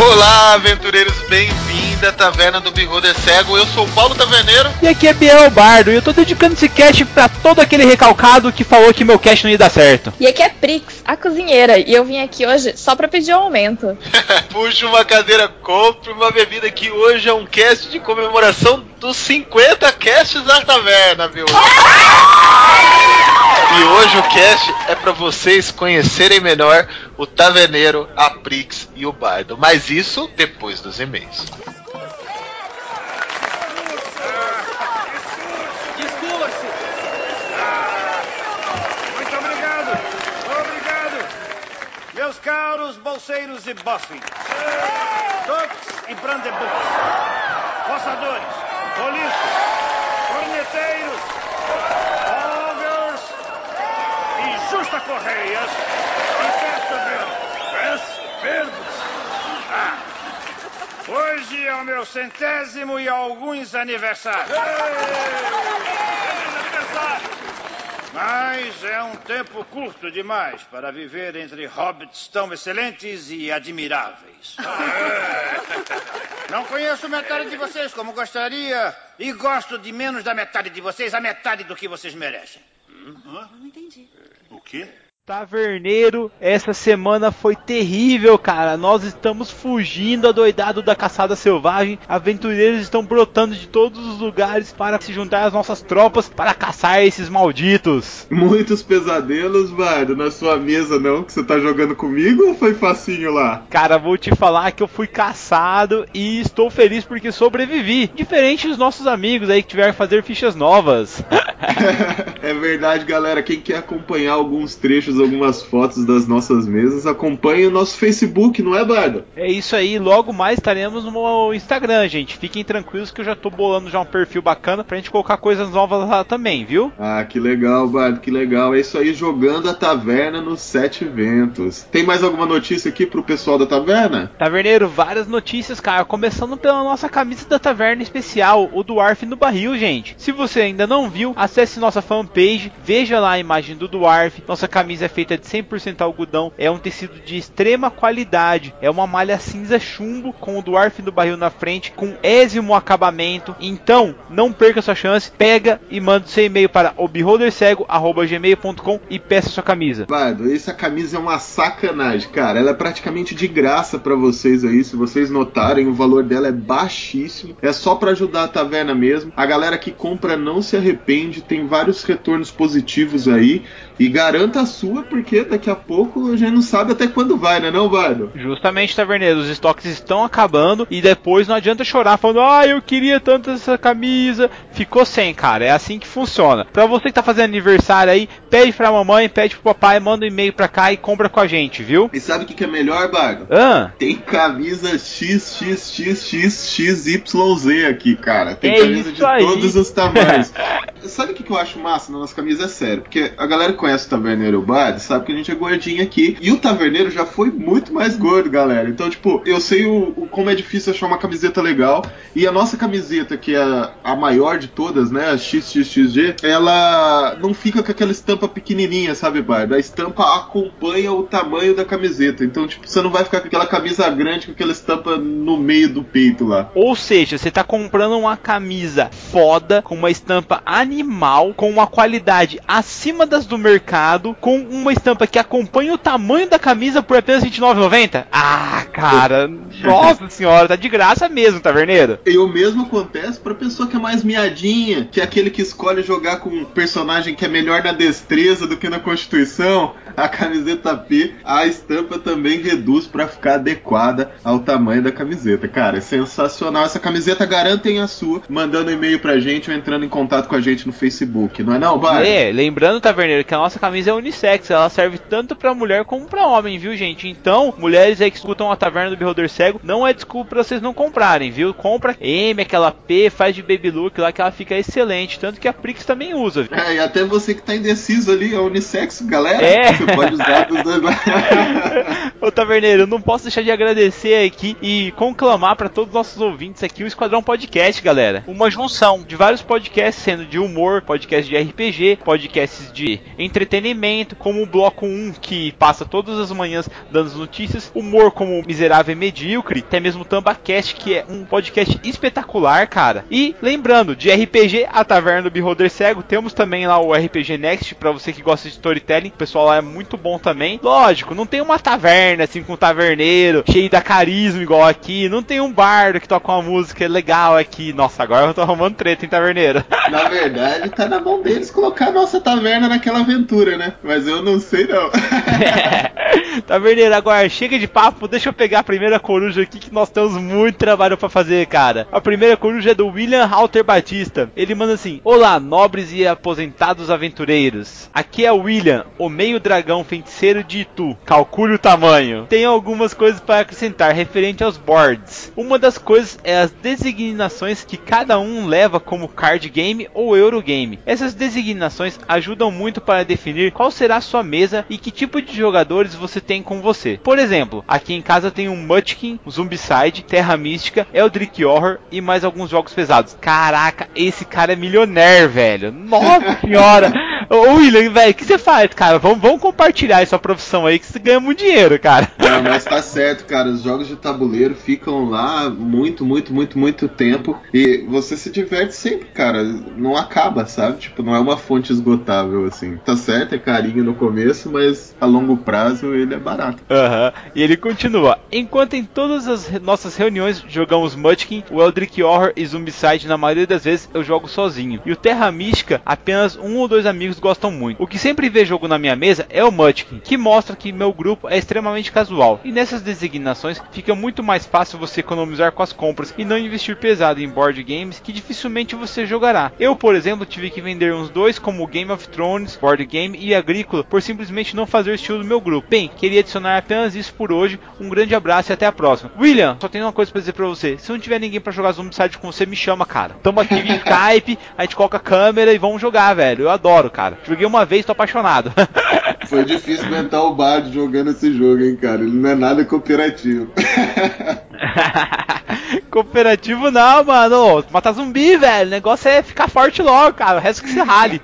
Olá, aventureiros, bem-vindo à Taverna do Beholder Cego. Eu sou o Paulo Taverneiro. E aqui é Biel Bardo, e eu tô dedicando esse cast pra todo aquele recalcado que falou que meu cast não ia dar certo. E aqui é Prix, a cozinheira, e eu vim aqui hoje só pra pedir um aumento. Puxa uma cadeira, compre uma bebida, que hoje é um cast de comemoração dos 50 casts da Taverna, viu? E hoje o cast é pra vocês conhecerem melhor o Taverneiro, a Prix e o Bardo. Mas isso depois dos e-mails. Muito obrigado. Meus caros bolseiros e boffins, ducks e brandebucks, roçadores, bolistas, corneteiros, ogres e justa-correias e pesta-verdes. Hoje é o meu 100º e alguns aniversários. Mas é um tempo curto demais para viver entre hobbits tão excelentes e admiráveis. Não conheço metade de vocês como gostaria e gosto de menos da metade de vocês, a metade do que vocês merecem. Não entendi. O quê? Taverneiro, essa semana foi terrível, cara. Nós estamos fugindo adoidado da caçada selvagem. Aventureiros estão brotando de todos os lugares para se juntar às nossas tropas para caçar esses malditos. Muitos pesadelos, Bardo, na sua mesa não, que você tá jogando comigo, ou foi facinho lá? Cara, vou te falar que eu fui caçado e estou feliz porque sobrevivi. Diferente dos nossos amigos aí que tiveram que fazer fichas novas. É verdade, galera. Quem quer acompanhar alguns trechos, algumas fotos das nossas mesas, acompanhe o nosso Facebook, não é, Bardo? É isso aí, logo mais estaremos no Instagram, gente. Fiquem tranquilos que eu já tô bolando já um perfil bacana pra gente colocar coisas novas lá também, viu? Ah, que legal, Bardo, que legal. É isso aí, jogando a taverna nos 7 ventos. Tem mais alguma notícia aqui pro pessoal da taverna? Taverneiro, várias notícias, cara. Começando pela nossa camisa da taverna especial, o Dwarf no Barril, gente. Se você ainda não viu, acesse nossa fanpage, veja lá a imagem do Dwarf. Nossa camisa é feita de 100% algodão, é um tecido de extrema qualidade, é uma malha cinza chumbo com o Dwarf no Barril na frente, com ésimo acabamento. Então, não perca sua chance, pega e manda seu e-mail para obeholdercego@gmail.com e peça sua camisa. Bardo, essa camisa é uma sacanagem, cara. Ela é praticamente de graça pra vocês aí. Se vocês notarem, o valor dela é baixíssimo. É só pra ajudar a taverna mesmo. A galera que compra não se arrepende. Tem vários retornos positivos aí. E garanta a sua, porque daqui a pouco a gente não sabe até quando vai, né não, Bardo? Justamente, Taverneiro, os estoques estão acabando e depois não adianta chorar falando, eu queria tanto essa camisa. Ficou sem, cara. É assim que funciona. Pra você que tá fazendo aniversário aí, pede pra mamãe, pede pro papai, manda um e-mail pra cá e compra com a gente, viu? E sabe o que é melhor, Bardo? Tem camisa XXXXYZ aqui, cara. Tem camisa de aí. todos os tamanhos. Sabe o que eu acho massa na nossa camisa? É sério, porque a galera que conhece o Taverneiro Bardo sabe que a gente é gordinho aqui. E o Taverneiro já foi muito mais gordo, galera. Então, tipo, eu sei como é difícil achar uma camiseta legal. E a nossa camiseta, que é a maior de todas, né, a XXXG, ela não fica com aquela estampa pequenininha, sabe, Bardo? A estampa acompanha o tamanho da camiseta. Então, tipo, você não vai ficar com aquela camisa grande com aquela estampa no meio do peito lá. Ou seja, você tá comprando uma camisa foda, com uma estampa animal, com uma qualidade acima das do mercado, com uma estampa que acompanha o tamanho da camisa por apenas R$29,90? Ah, cara, nossa senhora, tá de graça mesmo, Taverneiro. E o mesmo acontece pra pessoa que é mais miadinha, que é aquele que escolhe jogar com um personagem que é melhor na destreza do que na constituição. A camiseta P, a estampa também reduz pra ficar adequada ao tamanho da camiseta. Cara, é sensacional. Essa camiseta, garantem a sua, mandando um e-mail pra gente ou entrando em contato com a gente no Facebook, não é não, Bardo? Lembrando, Taverneiro, que a nossa camisa é unissex, ela serve tanto pra mulher como pra homem, viu, gente? Então, mulheres aí que escutam a Taverna do Beholder Cego, não é desculpa pra vocês não comprarem, viu? Compra M, aquela P, faz de baby look lá que ela fica excelente, tanto que a Prix também usa. E até você que tá indeciso ali, é unissex, galera. Você pode usar dos dois lados. Ô, Taverneiro, eu não posso deixar de agradecer aqui e conclamar pra todos os nossos ouvintes aqui o Esquadrão Podcast, galera. Uma junção de vários podcasts, sendo de humor, podcast de RPG, podcasts de entretenimento, com como o Bloco 1, que passa todas as manhãs dando as notícias, Humor como Miserável e Medíocre, até mesmo o Tambacast, que é um podcast espetacular, cara. E lembrando, de RPG, a Taverna do Beholder Cego, temos também lá o RPG Next, pra você que gosta de storytelling, o pessoal lá é muito bom também. Lógico, não tem uma taverna assim com um taverneiro, cheio da carisma igual aqui, não tem um bardo que toca uma música legal aqui. Nossa, agora eu tô arrumando treta em taverneiro. Na verdade, tá na mão deles colocar a nossa taverna naquela aventura, né? Mas eu não sei não. Taverneiro, agora chega de papo, deixa eu pegar a primeira coruja aqui que nós temos muito trabalho pra fazer, cara. A primeira coruja é do William Halter Batista. Ele manda assim: olá, nobres e aposentados aventureiros. Aqui é o William, o meio dragão feiticeiro de Itu. Calcule o tamanho. Tenho algumas coisas para acrescentar referente aos boards. Uma das coisas é as designações que cada um leva como card game ou Eurogame. Essas designações ajudam muito para definir qual será a sua mesa e que tipo de jogadores você tem com você. Por exemplo, aqui em casa tem um Munchkin, Zombicide, Terra Mística, Eldritch Horror e mais alguns jogos pesados. Caraca, esse cara é milionaire, velho. Nossa senhora. Ô William, velho, o que você faz, cara? Vamos compartilhar essa profissão aí que você ganha muito dinheiro, cara. Não, mas tá certo, cara. Os jogos de tabuleiro ficam lá muito tempo e você se diverte sempre, cara. Não acaba, sabe? Tipo, não é uma fonte esgotável, assim. Tá certo, é carinho no começo, mas a longo prazo ele é barato. E ele continua: enquanto em todas as nossas reuniões jogamos Munchkin, o Eldritch Horror e Zombicide, na maioria das vezes eu jogo sozinho. E o Terra Mística, apenas um ou dois amigos gostam muito. O que sempre vê jogo na minha mesa é o Munchkin, que mostra que meu grupo é extremamente casual. E nessas designações fica muito mais fácil você economizar com as compras e não investir pesado em board games que dificilmente você jogará. Eu, por exemplo, tive que vender uns dois como Game of Thrones, Board Game e Agrícola por simplesmente não fazer o estilo do meu grupo. Bem, queria adicionar apenas isso por hoje. Um grande abraço e até a próxima. William, só tenho uma coisa pra dizer pra você. Se não tiver ninguém pra jogar Zombicide com você, me chama, cara. Tamo aqui via Skype, a gente coloca a câmera e vamos jogar, velho. Eu adoro, cara. Joguei uma vez, tô apaixonado. Foi difícil aguentar o Bard jogando esse jogo, hein, cara. Ele não é nada cooperativo. Cooperativo não, mano. Matar zumbi, velho. O negócio é ficar forte logo, cara. O resto que se rale.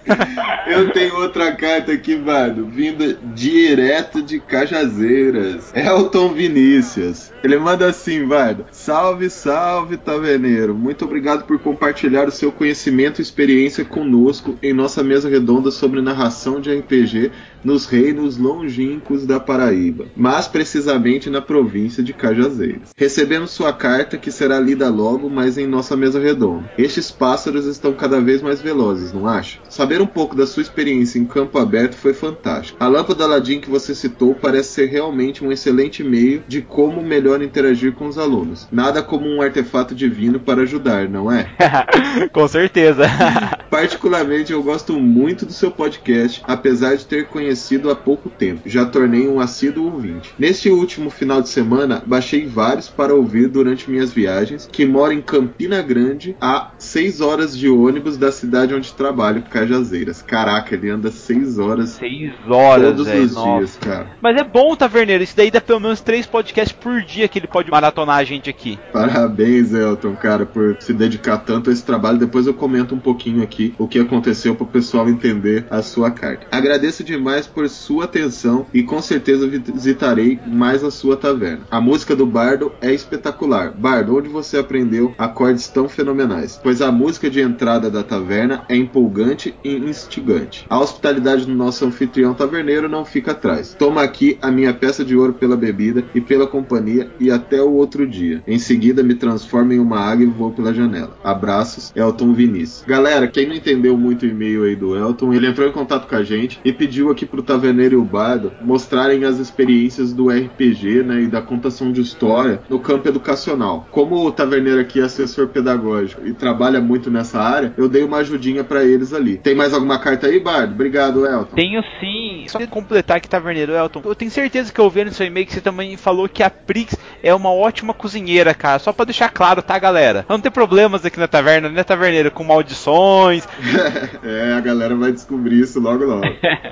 Eu tenho outra carta aqui, mano, vinda direto de Cajazeiras. Elton Vinícius. Ele manda assim, mano: salve, salve, taverneiro. Muito obrigado por compartilhar o seu conhecimento e experiência conosco em nossa mesa redonda sobre narração de RPG nos reinos longínquos da Paraíba, mas precisamente na província de Cajazeiras. Recebemos sua carta, que será lida logo, mas em nossa mesa redonda. Estes pássaros estão cada vez mais velozes, não acha? Saber um pouco da sua experiência em campo aberto foi fantástico. A lâmpada Aladim que você citou parece ser realmente um excelente meio de como melhor interagir com os alunos. Nada como um artefato divino para ajudar, não é? Com certeza. Particularmente, eu gosto muito do seu podcast, apesar de ter conhecido há pouco tempo. Já tornei um assíduo ouvinte. Neste último final de semana, baixei vários para ouvir durante minhas viagens, que moro em Campina Grande, a 6 horas de ônibus da cidade onde trabalho, Cajazeiras. Caraca, ele anda 6 horas. 6 horas, todos véio, os nossa. dias, cara. Mas é bom, taverneiro. Isso daí dá pelo menos 3 podcasts por dia que ele pode maratonar a gente aqui. Parabéns, Elton, cara, por se dedicar tanto a esse trabalho. Depois eu comento um pouquinho aqui o que aconteceu para o pessoal entender a sua carta. Agradeço demais por sua atenção e com certeza visitarei mais a sua taverna. A música do Bardo é espetacular. Bardo, onde você aprendeu acordes tão fenomenais? Pois a música de entrada da taverna é empolgante e instigante. A hospitalidade do nosso anfitrião taverneiro não fica atrás. Toma aqui a minha peça de ouro pela bebida e pela companhia e até o outro dia. Em seguida me transformo em uma águia e vou pela janela. Abraços, Elton Vinícius. Galera, quem não entendeu muito o e-mail aí do Elton, ele entrou em contato com a gente e pediu aqui pro Taverneiro e o Bardo mostrarem as experiências do RPG, né, e da contação de história no campo educacional. Como o Taverneiro aqui é assessor pedagógico e trabalha muito nessa área, eu dei uma ajudinha pra eles ali. Tem mais alguma carta aí, Bardo? Obrigado, Elton. Tenho sim. Só completar aqui, Taverneiro Elton. Eu tenho certeza que eu vi no seu e-mail que você também falou que a Prix é uma ótima cozinheira, cara. Só pra deixar claro, tá, galera? Não tem problemas aqui na taverna, né, Taverneiro? Com maldições. A galera vai descobrir isso logo logo.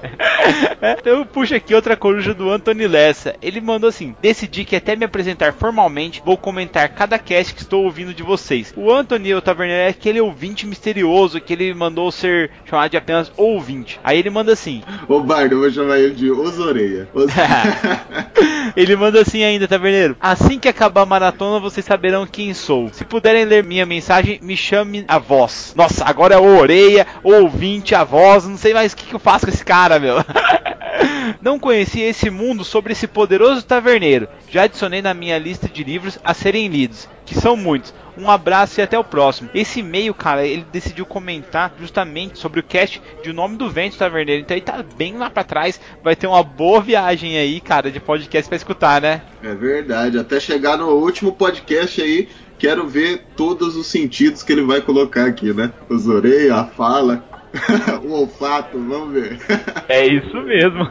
Então eu puxo aqui outra coruja do Anthony Lessa. Ele mandou assim: decidi que até me apresentar formalmente, vou comentar cada cast que estou ouvindo de vocês. O Anthony, o Taverneiro, é aquele ouvinte misterioso que ele mandou ser chamar de apenas ouvinte. Aí ele manda assim: Ô Bardo, eu vou chamar ele de Ozoreia. Ele manda assim ainda, Taverneiro: assim que acabar a maratona, vocês saberão quem sou. Se puderem ler minha mensagem, me chame a voz. Nossa, agora é o Oreia, o ouvinte, a voz. Não sei mais o que eu faço com esse cara, meu. Não conhecia esse mundo sobre esse poderoso taverneiro. Já adicionei na minha lista de livros a serem lidos, que são muitos. Um abraço e até o próximo. Esse e-mail, cara, ele decidiu comentar justamente sobre o cast de O Nome do Vento Taverneiro. Então ele tá bem lá pra trás. Vai ter uma boa viagem aí, cara, de podcast pra escutar, né? É verdade. Até chegar no último podcast aí, quero ver todos os sentidos que ele vai colocar aqui, né? Os orelhas, a fala, o olfato, vamos ver. É isso mesmo.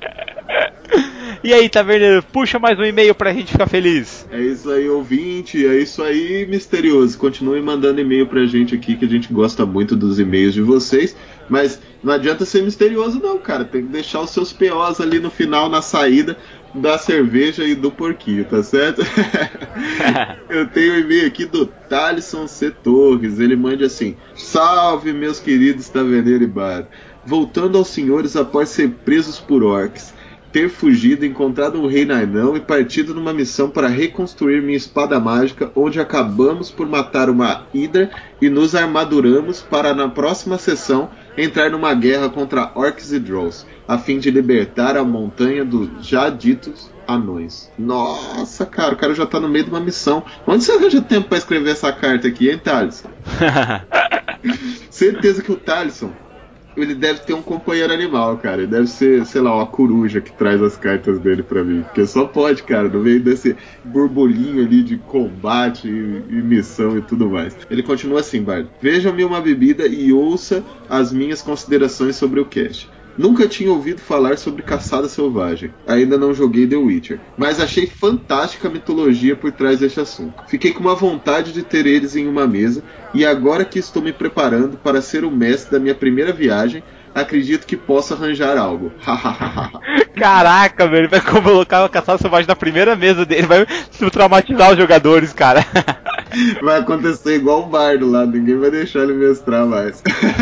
E aí, Taverneiro, puxa mais um e-mail pra gente ficar feliz. É isso aí, ouvinte, é isso aí, misterioso. Continue mandando e-mail pra gente aqui, que a gente gosta muito dos e-mails de vocês. Mas não adianta ser misterioso não, cara. Tem que deixar os seus POs ali no final, na saída da cerveja e do porquinho, tá certo? Eu tenho um e-mail aqui do Thalisson C. Torres. Ele manda assim: salve, meus queridos taverneiro e bar. Voltando aos senhores após ser presos por orcs, ter fugido, encontrado um rei nainão e partido numa missão para reconstruir minha espada mágica, onde acabamos por matar uma hidra e nos armaduramos para na próxima sessão entrar numa guerra contra orcs e Drolls, a fim de libertar a montanha dos já ditos anões. Nossa, cara, o cara já tá no meio de uma missão. Onde você arranja tempo para escrever essa carta aqui, hein, Thalisson? Certeza que o Thalisson, ele deve ter um companheiro animal, cara. Ele deve ser, sei lá, uma coruja que traz as cartas dele pra mim. Porque só pode, cara, no meio desse burburinho ali de combate e missão e tudo mais. Ele continua assim, Bard: vejam-me uma bebida e ouça as minhas considerações sobre o cast. Nunca tinha ouvido falar sobre caçada selvagem. Ainda não joguei The Witcher, mas achei fantástica a mitologia por trás deste assunto. Fiquei com uma vontade de ter eles em uma mesa, e agora que estou me preparando para ser o mestre da minha primeira viagem, acredito que possa arranjar algo. Caraca, velho, ele vai colocar a caçada selvagem na primeira mesa dele, vai traumatizar os jogadores, cara. Vai acontecer igual o Bardo lá, ninguém vai deixar ele mestrar mais.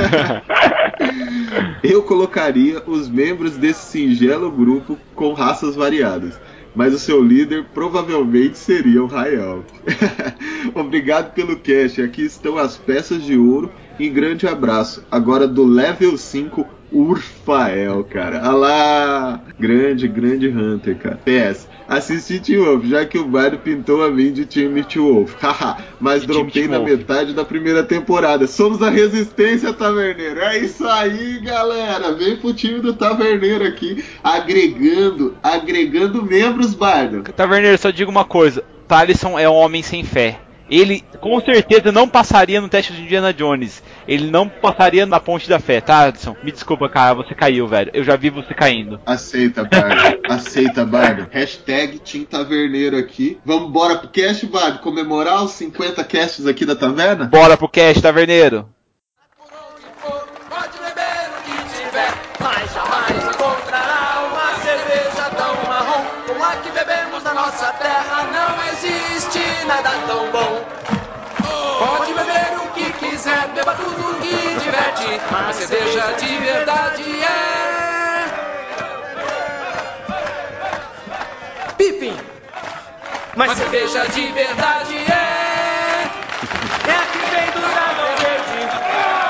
Eu colocaria os membros desse singelo grupo com raças variadas, mas o seu líder provavelmente seria o High Elf. Obrigado pelo cast, aqui estão as peças de ouro e grande abraço. Agora do level 5, Urfael, cara. Ah lá, grande Hunter, cara. PS, assisti Teen Wolf, já que o Bardo pintou a mim de time Teen Wolf. Haha, mas de dropei na metade da primeira temporada. Somos a resistência, Taverneiro. É isso aí, galera. Vem pro time do Taverneiro aqui, agregando membros, Bardo. Taverneiro, só digo uma coisa: Thalisson é um homem sem fé. Ele com certeza não passaria no teste de Indiana Jones. Ele não passaria na ponte da fé, tá, Adson? Me desculpa, cara, você caiu, velho. Eu já vi você caindo. Aceita, Bardo. Aceita, Bardo. Hashtag Team Taverneiro aqui. Vamos embora pro cast, Bardo? Comemorar os 50 casts aqui da taverna? Bora pro cast, Taverneiro. Pode beber o que tiver, mas jamais encontrará uma cerveja tão marrom como a que bebemos na nossa terra. Não existe nada tão bom. Pode beber o que quiser, beba tudo que diverte, mas cerveja de verdade é Pippin. Mas cerveja de verdade é a que vem do Dragão Verde.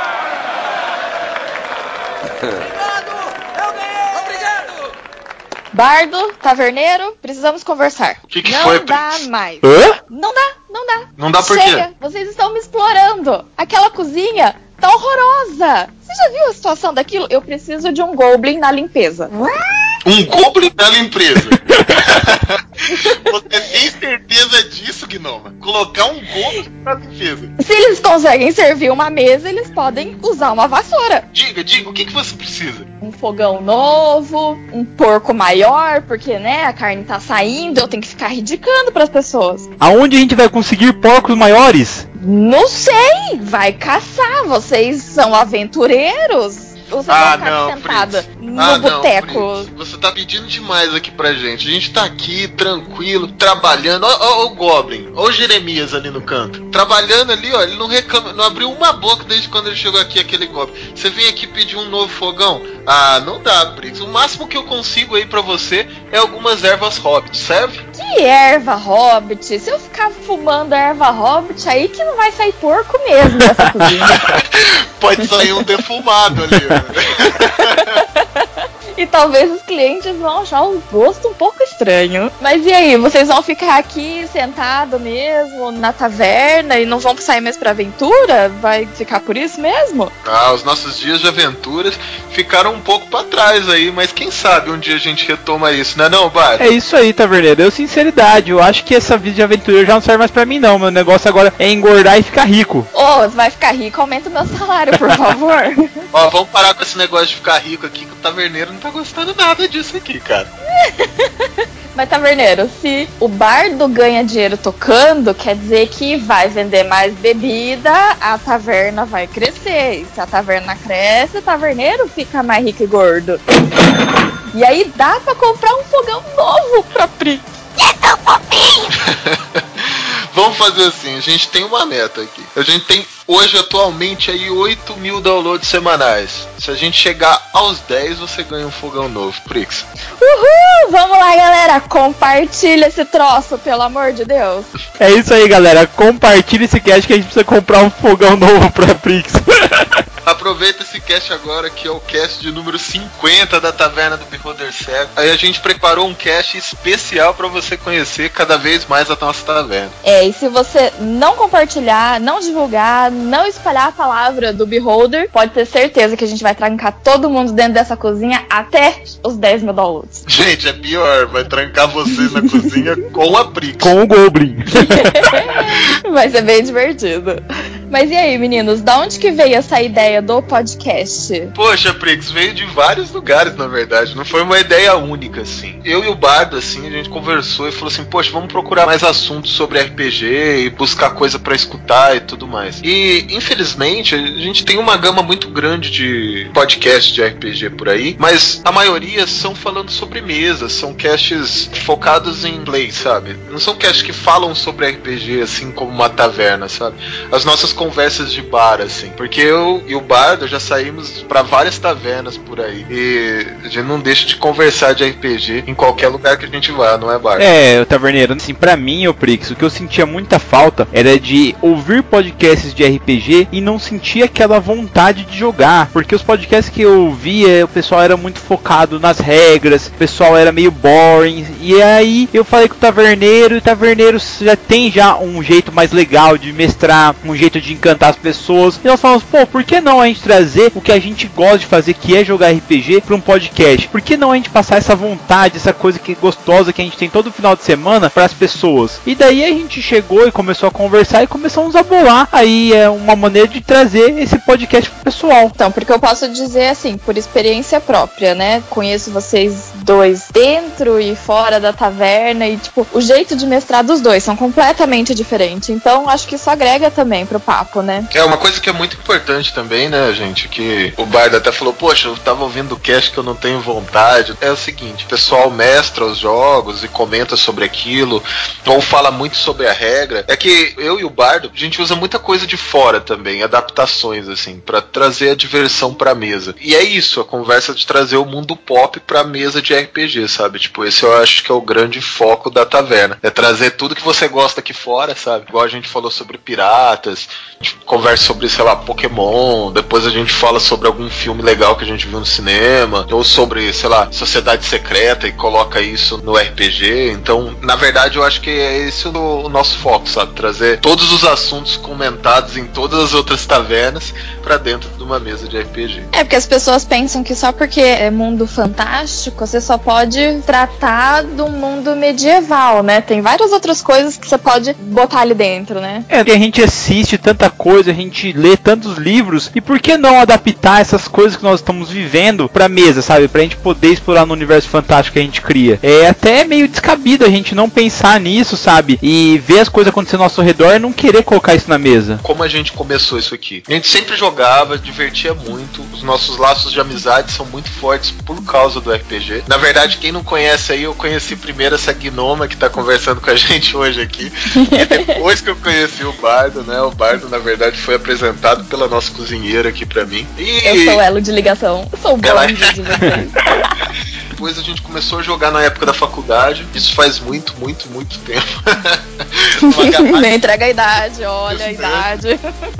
Obrigado! Eu ganhei! Obrigado! Bardo, Taverneiro, precisamos conversar. O que não foi, dá Prince? mais. Hã? Não dá. Não dá por Chega, quê? vocês estão me explorando. Aquela cozinha tá horrorosa. Você já viu a situação daquilo? Eu preciso de um Goblin na limpeza. Um Goblin da empresa. Você tem certeza disso, Gnoma? Colocar um Goblin na defesa. Se eles conseguem servir uma mesa, eles podem usar uma vassoura. Diga, o que você precisa? Um fogão novo, um porco maior, porque, né, a carne tá saindo, eu tenho que ficar ridicando pras pessoas. Aonde a gente vai conseguir porcos maiores? Não sei, vai caçar, vocês são aventureiros? Ou vocês vão ficar sentada no boteco? Você você tá pedindo demais aqui pra gente. A gente tá aqui, tranquilo, trabalhando. Ó o Goblin, ó o Jeremias ali no canto. Trabalhando ali, ó, ele não reclama, não abriu uma boca desde quando ele chegou aqui, aquele Goblin. Você vem aqui pedir um novo fogão? Ah, não dá, Brix. O máximo que eu consigo aí pra você é algumas ervas hobbit, serve? Que erva hobbit? Se eu ficar fumando erva hobbit, aí que não vai sair porco mesmo dessa cozinha. Pode sair um defumado ali, né? E talvez os clientes vão achar o gosto um pouco estranho. Mas e aí, vocês vão ficar aqui sentado mesmo na taverna e não vão sair mais pra aventura? Vai ficar por isso mesmo? Ah, os nossos dias de aventuras ficaram um pouco pra trás aí, mas quem sabe um dia a gente retoma isso, né não, Bart? É isso aí, taverneiro. Eu, sinceridade, eu acho que essa vida de aventura já não serve mais pra mim, não. Meu negócio agora é engordar e ficar rico. Ô, vai ficar rico, aumenta o meu salário, por favor. Ó, vamos parar com esse negócio de ficar rico aqui, que o taverneiro não tá gostando nada disso aqui, cara. Mas, taverneiro, se o bardo ganha dinheiro tocando, quer dizer que vai vender mais bebida, a taverna vai crescer. E se a taverna cresce, o taverneiro fica mais rico e gordo. E aí dá pra comprar um fogão novo pra Pri. Vamos fazer assim, a gente tem uma meta aqui. A gente tem hoje atualmente aí 8.000 downloads semanais. Se a gente chegar aos 10, você ganha um fogão novo, Prix. Uhul! Vamos lá, galera, compartilha esse troço, pelo amor de Deus. É isso aí, galera. Compartilha esse cast que a gente precisa comprar um fogão novo pra Prix. Aproveita esse cast agora, que é o cast de número 50 da Taverna do Beholder Cego. Aí a gente preparou um cast especial pra você conhecer cada vez mais a nossa taverna. E se você não compartilhar, não divulgar, não espalhar a palavra do Beholder, pode ter certeza que a gente vai trancar todo mundo dentro dessa cozinha até os 10 mil downloads. Gente, é pior, vai trancar vocês na cozinha com a Prix. Com o Goblin. Vai ser bem divertido. Mas e aí, meninos, da onde que veio essa ideia do podcast? Poxa, Prix, veio de vários lugares, na verdade. Não foi uma ideia única, assim. Eu e o Bardo, assim, a gente conversou e falou assim, poxa, vamos procurar mais assuntos sobre RPG e buscar coisa pra escutar e tudo mais. E, infelizmente, a gente tem uma gama muito grande de podcasts de RPG por aí, mas a maioria são falando sobre mesas, são casts focados em play, sabe? Não são casts que falam sobre RPG, assim, como uma taverna, sabe? As nossas conversas de bar, assim, porque eu e o Bardo já saímos pra várias tavernas por aí e a gente não deixa de conversar de RPG em qualquer lugar que a gente vá, não é, Bardo? É, taverneiro, assim, pra mim, ô Prix, o que eu sentia muita falta era de ouvir podcasts de RPG e não sentir aquela vontade de jogar, porque os podcasts que eu ouvia, o pessoal era muito focado nas regras, o pessoal era meio boring, e aí eu falei com o taverneiro, e o taverneiro já tem um jeito mais legal de mestrar, um jeito de encantar as pessoas, e nós falamos, pô, por que não a gente trazer o que a gente gosta de fazer, que é jogar RPG, para um podcast? Por que não a gente passar essa vontade, essa coisa que é gostosa que a gente tem todo final de semana para as pessoas? E daí a gente chegou e começou a conversar e começamos a bolar aí uma maneira de trazer esse podcast pro pessoal. Então, porque eu posso dizer assim, por experiência própria, né? Conheço vocês dois dentro e fora da taverna e, tipo, o jeito de mestrar dos dois são completamente diferentes. Então, acho que isso agrega também pro papo, né? É uma coisa que é muito importante também, né, gente? Que o Bardo até falou, poxa, eu tava ouvindo o cast que eu não tenho vontade. É o seguinte, o pessoal mestra os jogos e comenta sobre aquilo, ou fala muito sobre a regra. É que eu e o Bardo, a gente usa muita coisa de fora também, adaptações, assim, pra trazer a diversão pra mesa. E é isso, a conversa de trazer o mundo pop pra mesa de RPG, sabe? Tipo, esse eu acho que é o grande foco da taverna. É trazer tudo que você gosta aqui fora, sabe? Igual a gente falou sobre piratas, a gente conversa sobre, sei lá, Pokémon, depois a gente fala sobre algum filme legal que a gente viu no cinema, ou sobre, sei lá, Sociedade Secreta e coloca isso no RPG. Então, na verdade, eu acho que é esse o nosso foco, sabe? Trazer todos os assuntos comentados em todas as outras tavernas pra dentro de uma mesa de RPG. É, porque as pessoas pensam que só porque é mundo fantástico, você só pode tratar do mundo medieval, né? Tem várias outras coisas que você pode botar ali dentro, né? É, que a gente assiste tanta tanta coisa, a gente lê tantos livros, e por que não adaptar essas coisas que nós estamos vivendo pra mesa, sabe? Pra gente poder explorar no universo fantástico que a gente cria. É até meio descabido a gente não pensar nisso, sabe? E ver as coisas acontecendo ao nosso redor e não querer colocar isso na mesa. Como a gente começou isso aqui? A gente sempre jogava, divertia muito, os nossos laços de amizade são muito fortes por causa do RPG. Na verdade, quem não conhece aí, eu conheci primeiro essa gnoma que tá conversando com a gente hoje aqui. E depois que eu conheci o Bardo, né? O Bardo, na verdade, foi apresentado pela nossa cozinheira aqui pra mim. E eu sou elo de ligação. Eu sou o bonde de vocês. Depois a gente começou a jogar na época da faculdade. Isso faz muito tempo. Não entrega a idade, olha a idade.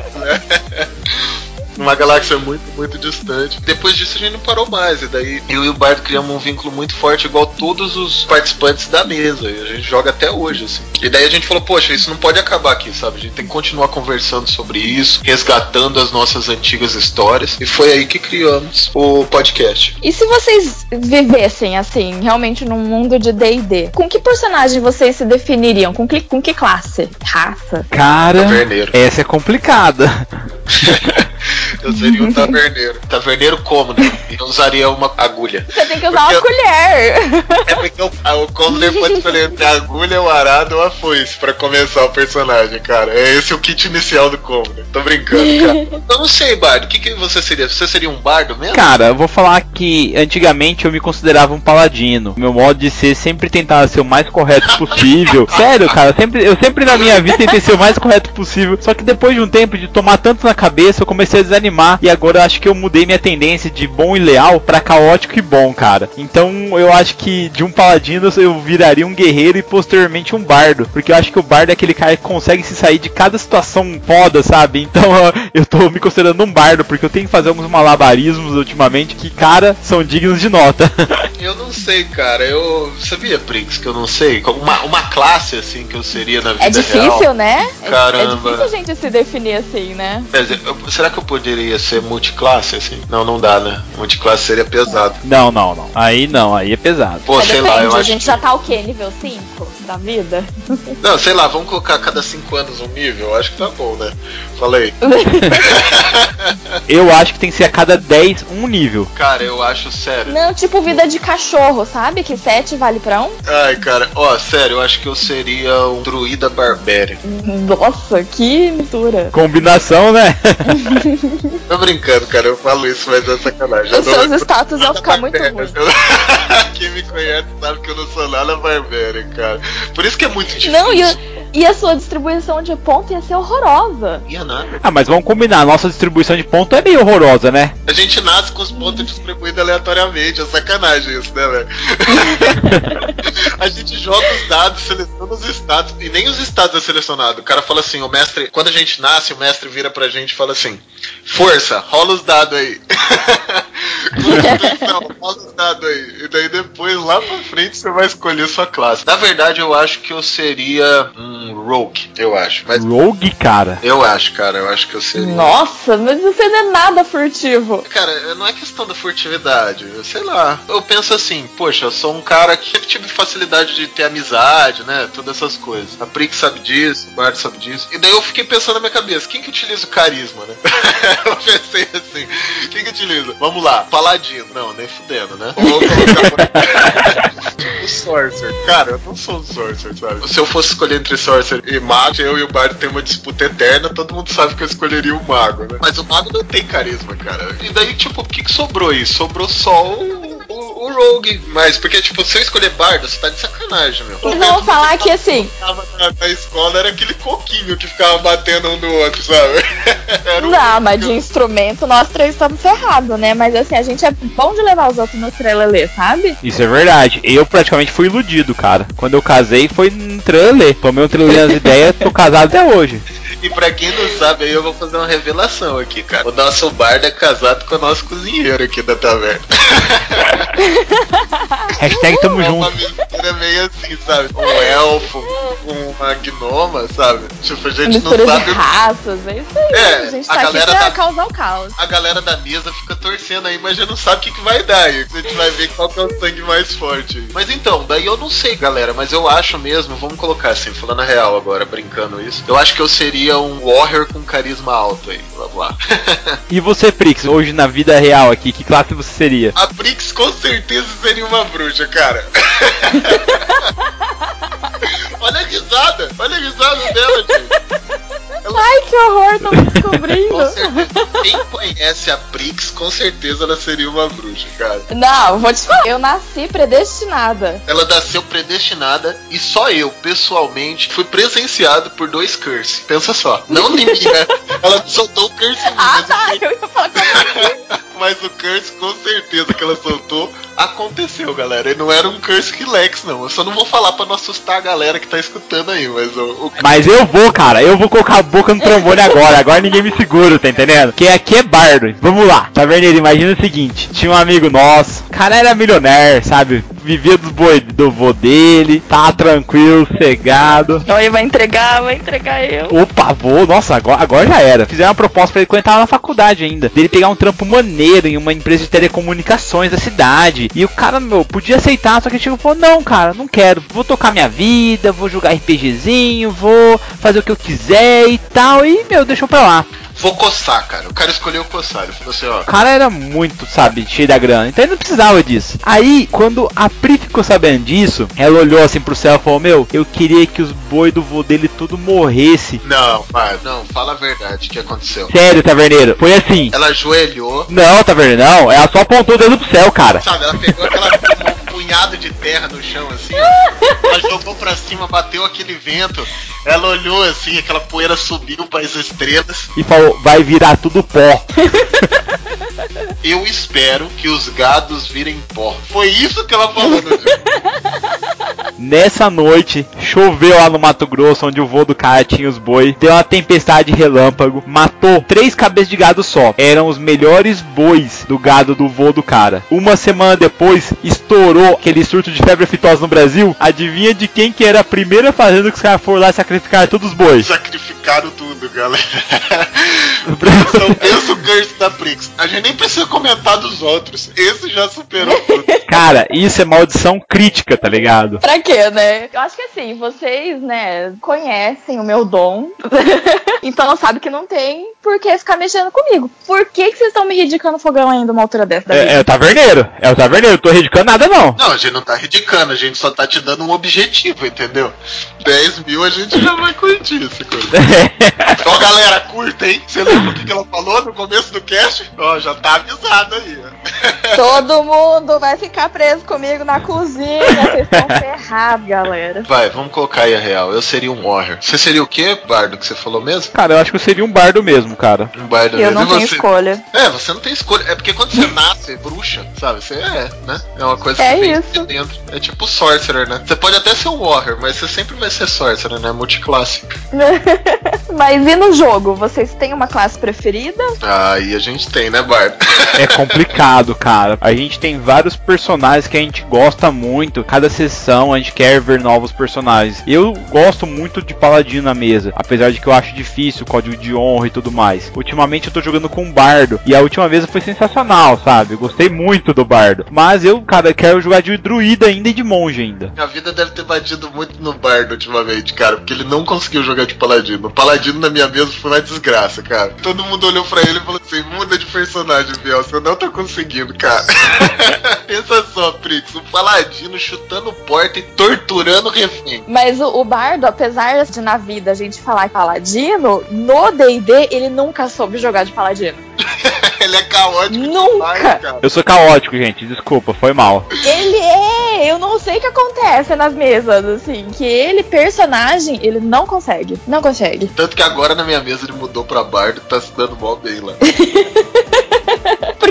Numa galáxia muito distante. Depois disso a gente não parou mais. E daí eu e o Bardo criamos um vínculo muito forte, igual todos os participantes da mesa. E a gente joga até hoje, assim. E daí a gente falou, poxa, isso não pode acabar aqui, sabe? A gente tem que continuar conversando sobre isso, resgatando as nossas antigas histórias. E foi aí que criamos o podcast. E se vocês vivessem, assim, realmente num mundo de D&D, com que personagem vocês se definiriam? Com que classe? Raça? Cara, Taverneiro. Essa é complicada. Eu seria um taverneiro. Taverneiro como, né? Eu usaria uma agulha. Você tem que usar uma colher. É porque o Commoner pode escolher entre a agulha, o arado ou a foice pra começar o personagem, cara. É esse o kit inicial do Commoner. Tô brincando, cara. Eu não sei, Bardo. O que você seria? Você seria um bardo mesmo? Cara, eu vou falar que antigamente eu me considerava um paladino. Meu modo de ser sempre tentava ser o mais correto possível. Sério, cara, eu sempre na minha vida tentei ser o mais correto possível. Só que depois de um tempo de tomar tanto na cabeça, eu comecei a desanimar. E agora eu acho que eu mudei minha tendência de bom e leal pra caótico e bom, cara. Então eu acho que de um paladino eu viraria um guerreiro e posteriormente um bardo. Porque eu acho que o bardo é aquele cara que consegue se sair de cada situação foda, sabe? Então eu tô me considerando um bardo, porque eu tenho que fazer alguns malabarismos ultimamente que, cara, são dignos de nota. Eu não sei, cara. Eu sabia, Prix, que eu não sei. Uma classe, assim, que eu seria na vida real. É difícil, real. né? Caramba. É difícil a gente se definir assim, né? Será que eu poderia ser multiclasse, assim? Não dá, né? Multiclasse seria pesado. Não. Aí é pesado. Pô, sei lá, eu acho a gente já tá o quê? Nível 5 da vida? Não, sei lá, vamos colocar a cada 5 anos um nível? Acho que tá bom, né? Falei. Eu acho que tem que ser a cada 10 um nível. Cara, eu acho sério. Não, tipo vida de cachorro, sabe? Que 7 vale pra 1. Ai, cara, sério, eu acho que eu seria um druida barbário. Nossa, que mistura. Combinação, né? Tô brincando, cara, eu falo isso, mas é sacanagem. Os seus status vão ficar muito ruins. Quem me conhece sabe que eu não sou nada barbário, cara. Por isso que é muito difícil. Não, e a sua distribuição de ponto ia ser horrorosa. Ia nada. Ah, mas vamos combinar, a nossa distribuição de ponto é meio horrorosa, né? A gente nasce com os pontos distribuídos aleatoriamente, é sacanagem isso, né, velho? A gente joga os dados, seleciona os estados, e nem os estados é selecionado. O cara fala assim, o mestre, quando a gente nasce, o mestre vira pra gente e fala assim, força, rola os dados aí. Rola os dados aí. E daí depois, lá pra frente, você vai escolher sua classe. Na verdade, eu acho que eu seria um rogue, eu acho. Mas rogue, cara? Eu acho que eu seria. Nossa, mas você não é nada furtivo. Cara, não é questão da furtividade, sei lá. Eu penso assim, poxa, eu sou um cara que sempre tive facilidade de ter amizade, né? Todas essas coisas. A Prix sabe disso, o Bart sabe disso. E daí eu fiquei pensando na minha cabeça, quem que utiliza o carisma, né? Eu pensei assim, quem que utiliza? Vamos lá, paladino. Não, nem fudendo, né? Vou colocar tipo Sorcerer. Cara, eu não sou um Sorcerer, sabe? Se eu fosse escolher entre Sorcerer e Mago, eu e o Bart tem uma disputa eterna, todo mundo sabe que eu escolheria o Mago, né? Mas o Mago não tem carisma, cara. E daí, tipo, o que sobrou aí? Sobrou só o Rogue. Mas, porque, tipo, se eu escolher Bardo, você tá de sacanagem, meu. Mas eu vou falar que, assim... Na escola era aquele coquinho que ficava batendo um no outro, sabe? Não, mas de instrumento nós três estamos ferrados, né? Mas, assim, a gente é bom de levar os outros no trelelê, sabe? Isso é verdade. Eu praticamente fui iludido, cara. Quando eu casei, foi um trelelê. Tomei um trelelê nas ideias, tô casado até hoje. E pra quem não sabe, aí eu vou fazer uma revelação aqui, cara. O nosso bardo é casado com o nosso cozinheiro aqui da taverna. Hashtag tamo junto. Uma mistura meio assim, sabe? Um elfo, com uma gnoma, sabe? Tipo, a gente Mistura não sabe. de raças, é isso aí. A gente tá aqui pra causar o caos. A galera da mesa fica torcendo aí, mas já não sabe o que vai dar. E a gente vai ver qual que é o sangue mais forte. Mas então, daí eu não sei, galera, mas eu acho mesmo, vamos colocar assim, falando a real agora, brincando isso. Eu acho que eu seria um warrior com carisma alto aí. Vamos lá. E você, Prix, hoje na vida real aqui, que classe você seria? A Prix com certeza seria uma bruxa, cara. Olha a risada dela, gente. Ai, que horror, tô me descobrindo. Com certeza, quem conhece a Prix, com certeza ela seria uma bruxa, cara. Não, vou te falar. Eu nasci predestinada. Ela nasceu predestinada e só eu, pessoalmente, fui presenciado por 2 curse. Pensa só. Não em mim, né? Ela soltou o curse em mim. Ah, tá. Eu ia falar como assim. Mas o curse, com certeza que ela soltou, aconteceu, galera. E não era um curse relax, não. Eu só não vou falar pra não assustar a galera que tá escutando aí, mas Mas eu vou, cara. Eu vou colocar a boca no trombone agora. Agora ninguém me segura, tá entendendo? Porque aqui é bardo. Vamos lá. Taverneiro, imagina o seguinte. Tinha um amigo nosso. O cara era milionário, sabe? Vivia dos boi do vô dele. Tá tranquilo, cegado. Então vai entregar eu. Opa, vô. Nossa, agora já era. Fizeram uma proposta pra ele quando ele tava na faculdade ainda. Dele pegar um trampo maneiro em uma empresa de telecomunicações da cidade. E o cara, podia aceitar, só que ele chegou e falou, não, cara, não quero. Vou tocar minha vida, vou jogar RPGzinho, vou fazer o que eu quiser e tal. E, deixou pra lá. Vou coçar, cara. O cara escolheu coçar. Ele falou assim, ó. O cara era muito, sabe, cheio da grana. Então ele não precisava disso. Aí, quando a Pri ficou sabendo disso, ela olhou assim pro céu e falou, eu queria que os boi do vô dele tudo morresse. Não, pai, não, fala a verdade. O que aconteceu? Sério, taverneiro. Foi assim. Ela ajoelhou. Não, taverneiro, não. Ela só apontou o dedo pro céu, cara. Sabe, ela pegou um punhado de terra no chão, assim, ó. Ela jogou pra cima, bateu aquele vento. Ela olhou assim, aquela poeira subiu para as estrelas. E falou, vai virar tudo pó. Eu espero que os gados virem pó. Foi isso que ela falou no dia. Nessa noite, choveu lá no Mato Grosso, onde o vô do cara tinha os boi. Deu uma tempestade relâmpago, matou 3 cabeças de gado só. Eram os melhores bois do gado do vô do cara. Uma semana depois, estourou aquele surto de febre aftosa no Brasil. Adivinha de quem que era a primeira fazenda que os caras foram lá sacrificar todos os bois? Sacrificaram tudo, galera. Então, esse é o curse da Prix. A gente nem precisa comentar dos outros. Esse já superou tudo. Cara, isso é maldição crítica, tá ligado? Pra quê, né? Eu acho que assim, vocês, né, conhecem o meu dom. Então sabe que não tem por que ficar mexendo comigo. Por que vocês estão me ridicando fogão ainda uma altura dessa? É o taverneiro. É o taverneiro. Não tô ridicando nada, não. Não, a gente não tá ridicando. A gente só tá te dando um objetivo, entendeu? 10 mil a gente já vai curtir essa coisa. Ó, galera, curta, hein? Você lembra o que ela falou no começo do cast? Ó, já tá avisado aí, ó. Todo mundo vai ficar preso comigo na cozinha. Vocês estão ferrados, galera. Vai, vamos colocar aí a real. Eu seria um warrior. Você seria o quê, bardo, que você falou mesmo? Cara, eu acho que eu seria um bardo mesmo, cara. Um bardo eu mesmo. não tenho escolha. É, você não tem escolha. É porque quando você nasce bruxa, sabe? Você né? É uma coisa que tem aqui dentro. É tipo sorcerer, né? Você pode até ser um warrior, mas você sempre vai ser sorcerer, né? Multiclasse. Mas e no jogo? Vocês têm uma classe preferida? Aí a gente tem, né, bardo? É complicado, cara. A gente tem vários personagens que a gente gosta muito. Cada sessão a gente quer ver novos personagens. Eu gosto muito de paladino na mesa, apesar de que eu acho difícil o código de honra e tudo mais. Ultimamente eu tô jogando com bardo e a última vez foi sensacional, sabe? Eu gostei muito do bardo. Mas eu, cara, quero jogar de druida ainda e de monge ainda. A vida deve ter batido muito no bardo ultimamente, cara, porque ele não conseguiu jogar de paladino. O paladino na minha mesa foi uma desgraça, cara. Todo mundo olhou pra ele e falou assim, muda de personagem, Biel, você não tá conseguindo, cara. Pensa só, Prix, um paladino chutando porta e torturando refém. Mas o bardo, apesar de na vida a gente falar paladino, no D&D ele nunca soube jogar de paladino. Ele é caótico nunca demais, cara. Eu sou caótico, gente, desculpa, foi mal. Ele eu não sei o que acontece nas mesas, assim, que ele, personagem, ele não consegue. Não consegue. Tanto que agora na minha mesa ele mudou pra bardo e tá se dando mó bem lá. Porque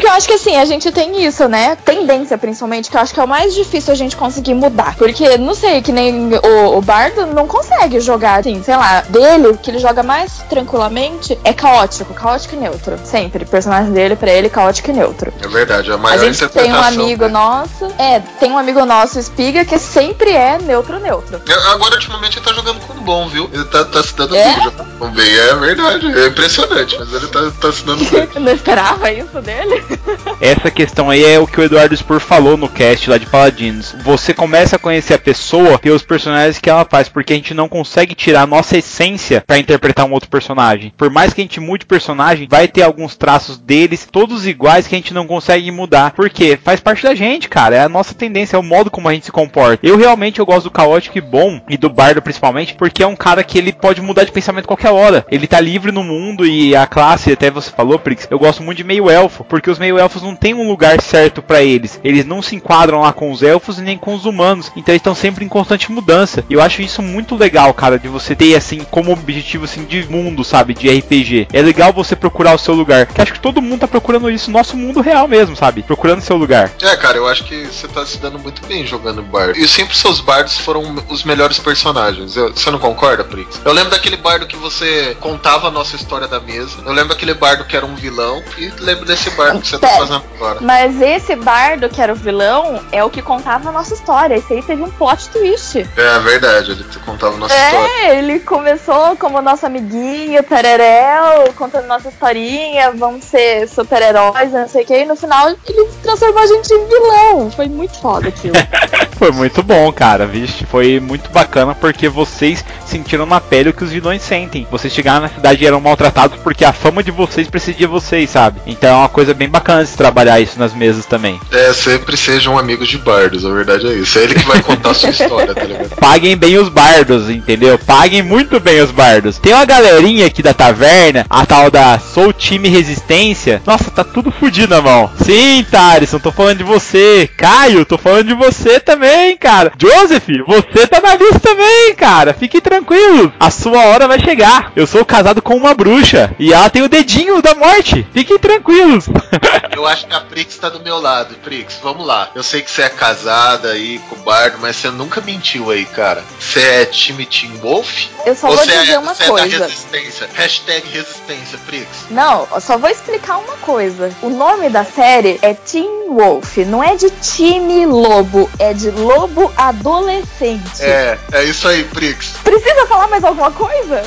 Porque eu acho que assim, a gente tem isso, né? Tendência, principalmente, que eu acho que é o mais difícil a gente conseguir mudar. Porque, não sei, que nem o Bardo não consegue jogar, assim, sei lá, dele, o que ele joga mais tranquilamente é caótico e neutro. Sempre. O personagem dele, pra ele, caótico e neutro. É verdade, a maior A gente tem um amigo nosso, tem um amigo nosso, Espiga, que sempre é neutro. Agora, ultimamente, ele tá jogando com bom, viu? Ele tá se dando bem jogando com bem. É verdade, é impressionante, mas ele tá se dando bem. Não esperava isso dele? Essa questão aí é o que o Eduardo Spor falou no cast lá de Paladinos. Você começa a conhecer a pessoa pelos personagens que ela faz, porque a gente não consegue tirar a nossa essência pra interpretar um outro personagem. Por mais que a gente mude o personagem, vai ter alguns traços deles, todos iguais, que a gente não consegue mudar. Por quê? Faz parte da gente, cara. É a nossa tendência, é o modo como a gente se comporta. Eu realmente gosto do caótico e bom, e do Bardo principalmente, porque é um cara que ele pode mudar de pensamento a qualquer hora. Ele tá livre no mundo e a classe, até você falou, Prix, eu gosto muito de meio-elfo, porque os meio-elfos não tem um lugar certo pra eles. Eles não se enquadram lá com os elfos e nem com os humanos, então eles estão sempre em constante mudança. E eu acho isso muito legal, cara, de você ter, assim, como objetivo, assim, de mundo, sabe, de RPG. É legal você procurar o seu lugar, que acho que todo mundo tá procurando isso, nosso mundo real mesmo, sabe, procurando seu lugar. Cara, eu acho que você tá se dando muito bem jogando bardo. E sempre seus bardos foram os melhores personagens. Você não concorda, Prix? Eu lembro daquele bardo que você contava a nossa história da mesa. Eu lembro daquele bardo que era um vilão. E lembro desse bardo que você tá fazendo agora. Mas esse bardo que era o vilão é o que contava a nossa história. Esse aí teve um plot twist. É verdade, ele contava a nossa história. Ele começou como nosso amiguinho, Tererel, contando nossa historinha, vamos ser super-heróis, não sei o que. E no final ele transformou a gente em vilão. Foi muito foda aquilo. Foi muito bom, cara, vixe. Foi muito bacana porque vocês sentiram na pele o que os vilões sentem. Vocês chegaram na cidade e eram maltratados porque a fama de vocês precedia de vocês, sabe? Então é uma coisa bem bacana de se trabalhar isso nas mesas também. Sempre sejam amigos de bardos, a verdade é isso. É ele que vai contar a sua história, tá ligado? Paguem bem os bardos, entendeu? Paguem muito bem os bardos. Tem uma galerinha aqui da taverna, a tal da Soul Time Resistência. Nossa, tá tudo fudido na mão. Sim, Tarisson, tô falando de você. Caio, tô falando de você também, cara. Joseph, você tá na lista também, cara. Fique tranquilo. A sua hora vai chegar. Eu sou casado com uma bruxa e ela tem o dedinho da morte. Fiquem tranquilos. Eu acho que a Prix tá do meu lado. Prix, vamos lá. Eu sei que você é casada aí com o bardo, mas você nunca mentiu aí, cara. Você é time Team Wolf? Eu só vou dizer uma você coisa. É da resistência. Hashtag resistência, Prix. Não, eu só vou explicar uma coisa. O nome da série é Teen Wolf. Não é de time lobo, é de lobo adolescente. É isso aí, Prix. Precisa falar mais alguma coisa?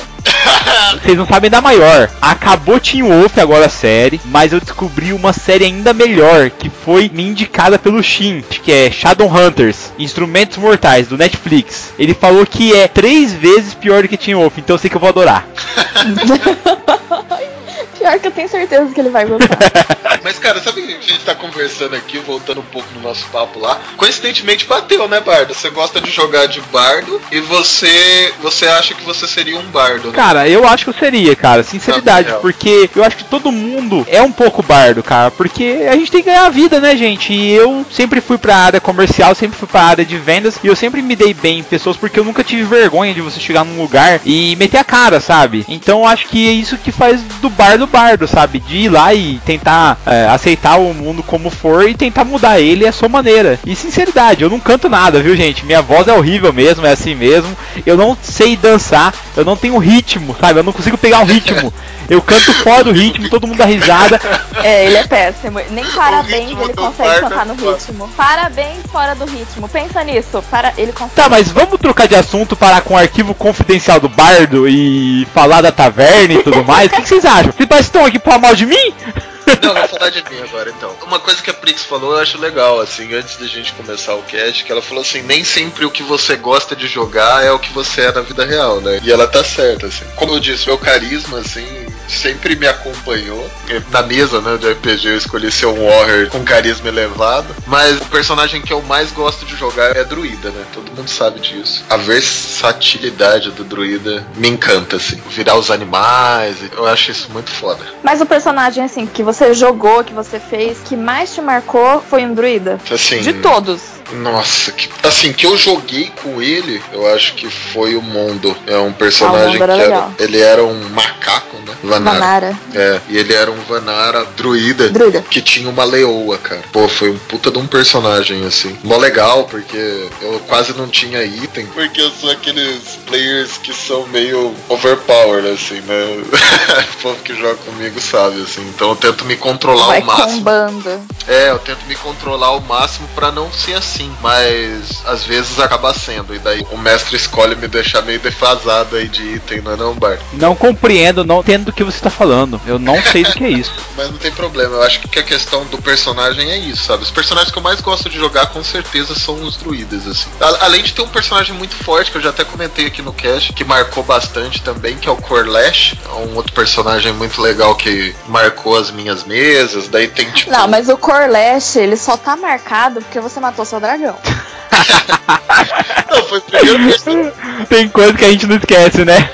Vocês não sabem da maior. Acabou Teen Wolf agora a série, mas eu descobri uma série ainda melhor, que foi me indicada pelo Shin, que é Shadowhunters, Instrumentos Mortais, do Netflix. Ele falou que é 3 vezes pior do que Teen Wolf, então eu sei que eu vou adorar. Pior que eu tenho certeza que ele vai gostar. Mas, cara, sabe que a gente tá conversando aqui, voltando um pouco no nosso papo lá? Coincidentemente bateu, né, Bardo? Você gosta de jogar de bardo e você acha que você seria um bardo, né? Cara, eu acho que eu seria, cara, sinceridade, porque eu acho que todo mundo é um pouco bardo, cara, porque a gente tem que ganhar a vida, né, gente? E eu sempre fui pra área comercial, sempre fui pra área de vendas, e eu sempre me dei bem em pessoas, porque eu nunca tive vergonha de você chegar num lugar e meter a cara, sabe? Então eu acho que é isso que faz do bardo, sabe? De ir lá e tentar aceitar o mundo como for e tentar mudar ele à sua maneira. E sinceridade, eu não canto nada, viu, gente? Minha voz é horrível mesmo, é assim mesmo. Eu não sei dançar, eu não tenho ritmo, sabe? Eu não consigo pegar o ritmo. Eu canto fora do ritmo, todo mundo dá risada. Ele é péssimo. Nem parabéns ele consegue cantar no ritmo. Parabéns fora do ritmo. Pensa nisso. Ele consegue. Tá, mas vamos trocar de assunto, parar com o arquivo confidencial do bardo e falar da taverna e tudo mais? O que vocês acham? Vocês estão aqui pra falar mal de mim? Não, vou falar de mim agora então. Uma coisa que a Prix falou eu acho legal, assim, antes da gente começar o cast, que ela falou assim, nem sempre o que você gosta de jogar é o que você é na vida real, né? E ela tá certa, assim. Como eu disse, meu carisma, assim, sempre me acompanhou. Na mesa, né, de RPG eu escolhi ser um warrior com carisma elevado, mas o personagem que eu mais gosto de jogar é druida, né? Todo mundo sabe disso. A versatilidade do druida me encanta, assim. Virar os animais, eu acho isso muito foda. Mas o personagem, assim, que você jogou, que você fez, que mais te marcou foi um druida? Assim, de todos. Nossa, que eu joguei com ele, eu acho que foi o Mondo. É um personagem que ele era um macaco, né? Vanara. E ele era um Vanara druida que tinha uma leoa, cara. Pô, foi um puta de um personagem, assim. Mó legal, porque eu quase não tinha item, porque eu sou aqueles players que são meio overpowered, assim, né? O povo que joga comigo sabe, assim. Então eu tento me controlar ao máximo. Combando. Eu tento me controlar ao máximo pra não ser assim, mas às vezes acaba sendo, e daí o mestre escolhe me deixar meio defasado aí de item, não é não, Bart? Não compreendo, não entendo do que você tá falando. Eu não sei do que é isso. Mas não tem problema, eu acho que a questão do personagem é isso, sabe? Os personagens que eu mais gosto de jogar com certeza são os druidas, assim. Além de ter um personagem muito forte, que eu já até comentei aqui no cast, que marcou bastante também, que é o Corlash, um outro personagem muito legal que marcou as minhas mesas, daí tem tipo... Não, mas o Corlash, ele só tá marcado porque você matou seu dragão. Não, foi o primeiro personagem. Tem coisa que a gente não esquece, né?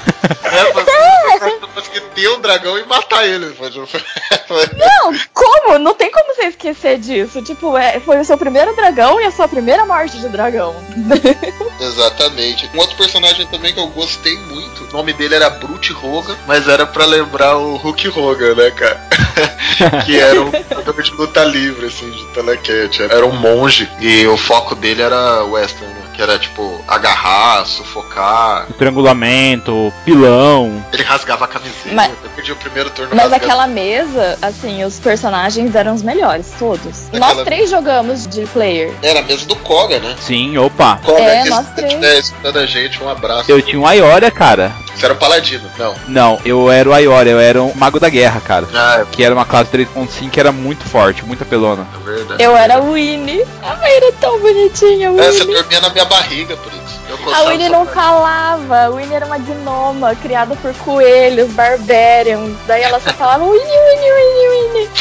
Eu consegui ter um dragão e matar ele. Não, como? Não tem como você esquecer disso. Tipo, foi o seu primeiro dragão e a sua primeira morte de dragão. Exatamente. Um outro personagem também que eu gostei muito, o nome dele era Brute Hogan, mas era pra lembrar o Hulk Hogan, né, cara? Que era um lutador de luta livre, assim, de telecat. Era um monge e o foco dele era western, né? Que era tipo agarrar, sufocar, Estrangulamento, pilão. Ele rasgava a camiseta. Eu perdi o primeiro turno. Mas aquela mesa, assim, os personagens eram os melhores, todos. Nós três jogamos de player. Era a mesa do Koga, né? Sim, opa. Koga, nós três. Escutando a gente, um abraço. Eu tinha um Aioria, cara. Você era um paladino? Não. Não, eu era o Aioria, eu era um mago da guerra, cara. Que era uma classe 3.5 que era muito forte, muito apelona. É verdade. Eu era o Winnie. A mãe era tão bonitinha, Winnie. Você dormia na minha barriga, por isso. A Winnie não falava. A Winnie era uma gnoma criada por coelhos, barbarians. Daí ela só falava Winnie, Winnie, Winnie,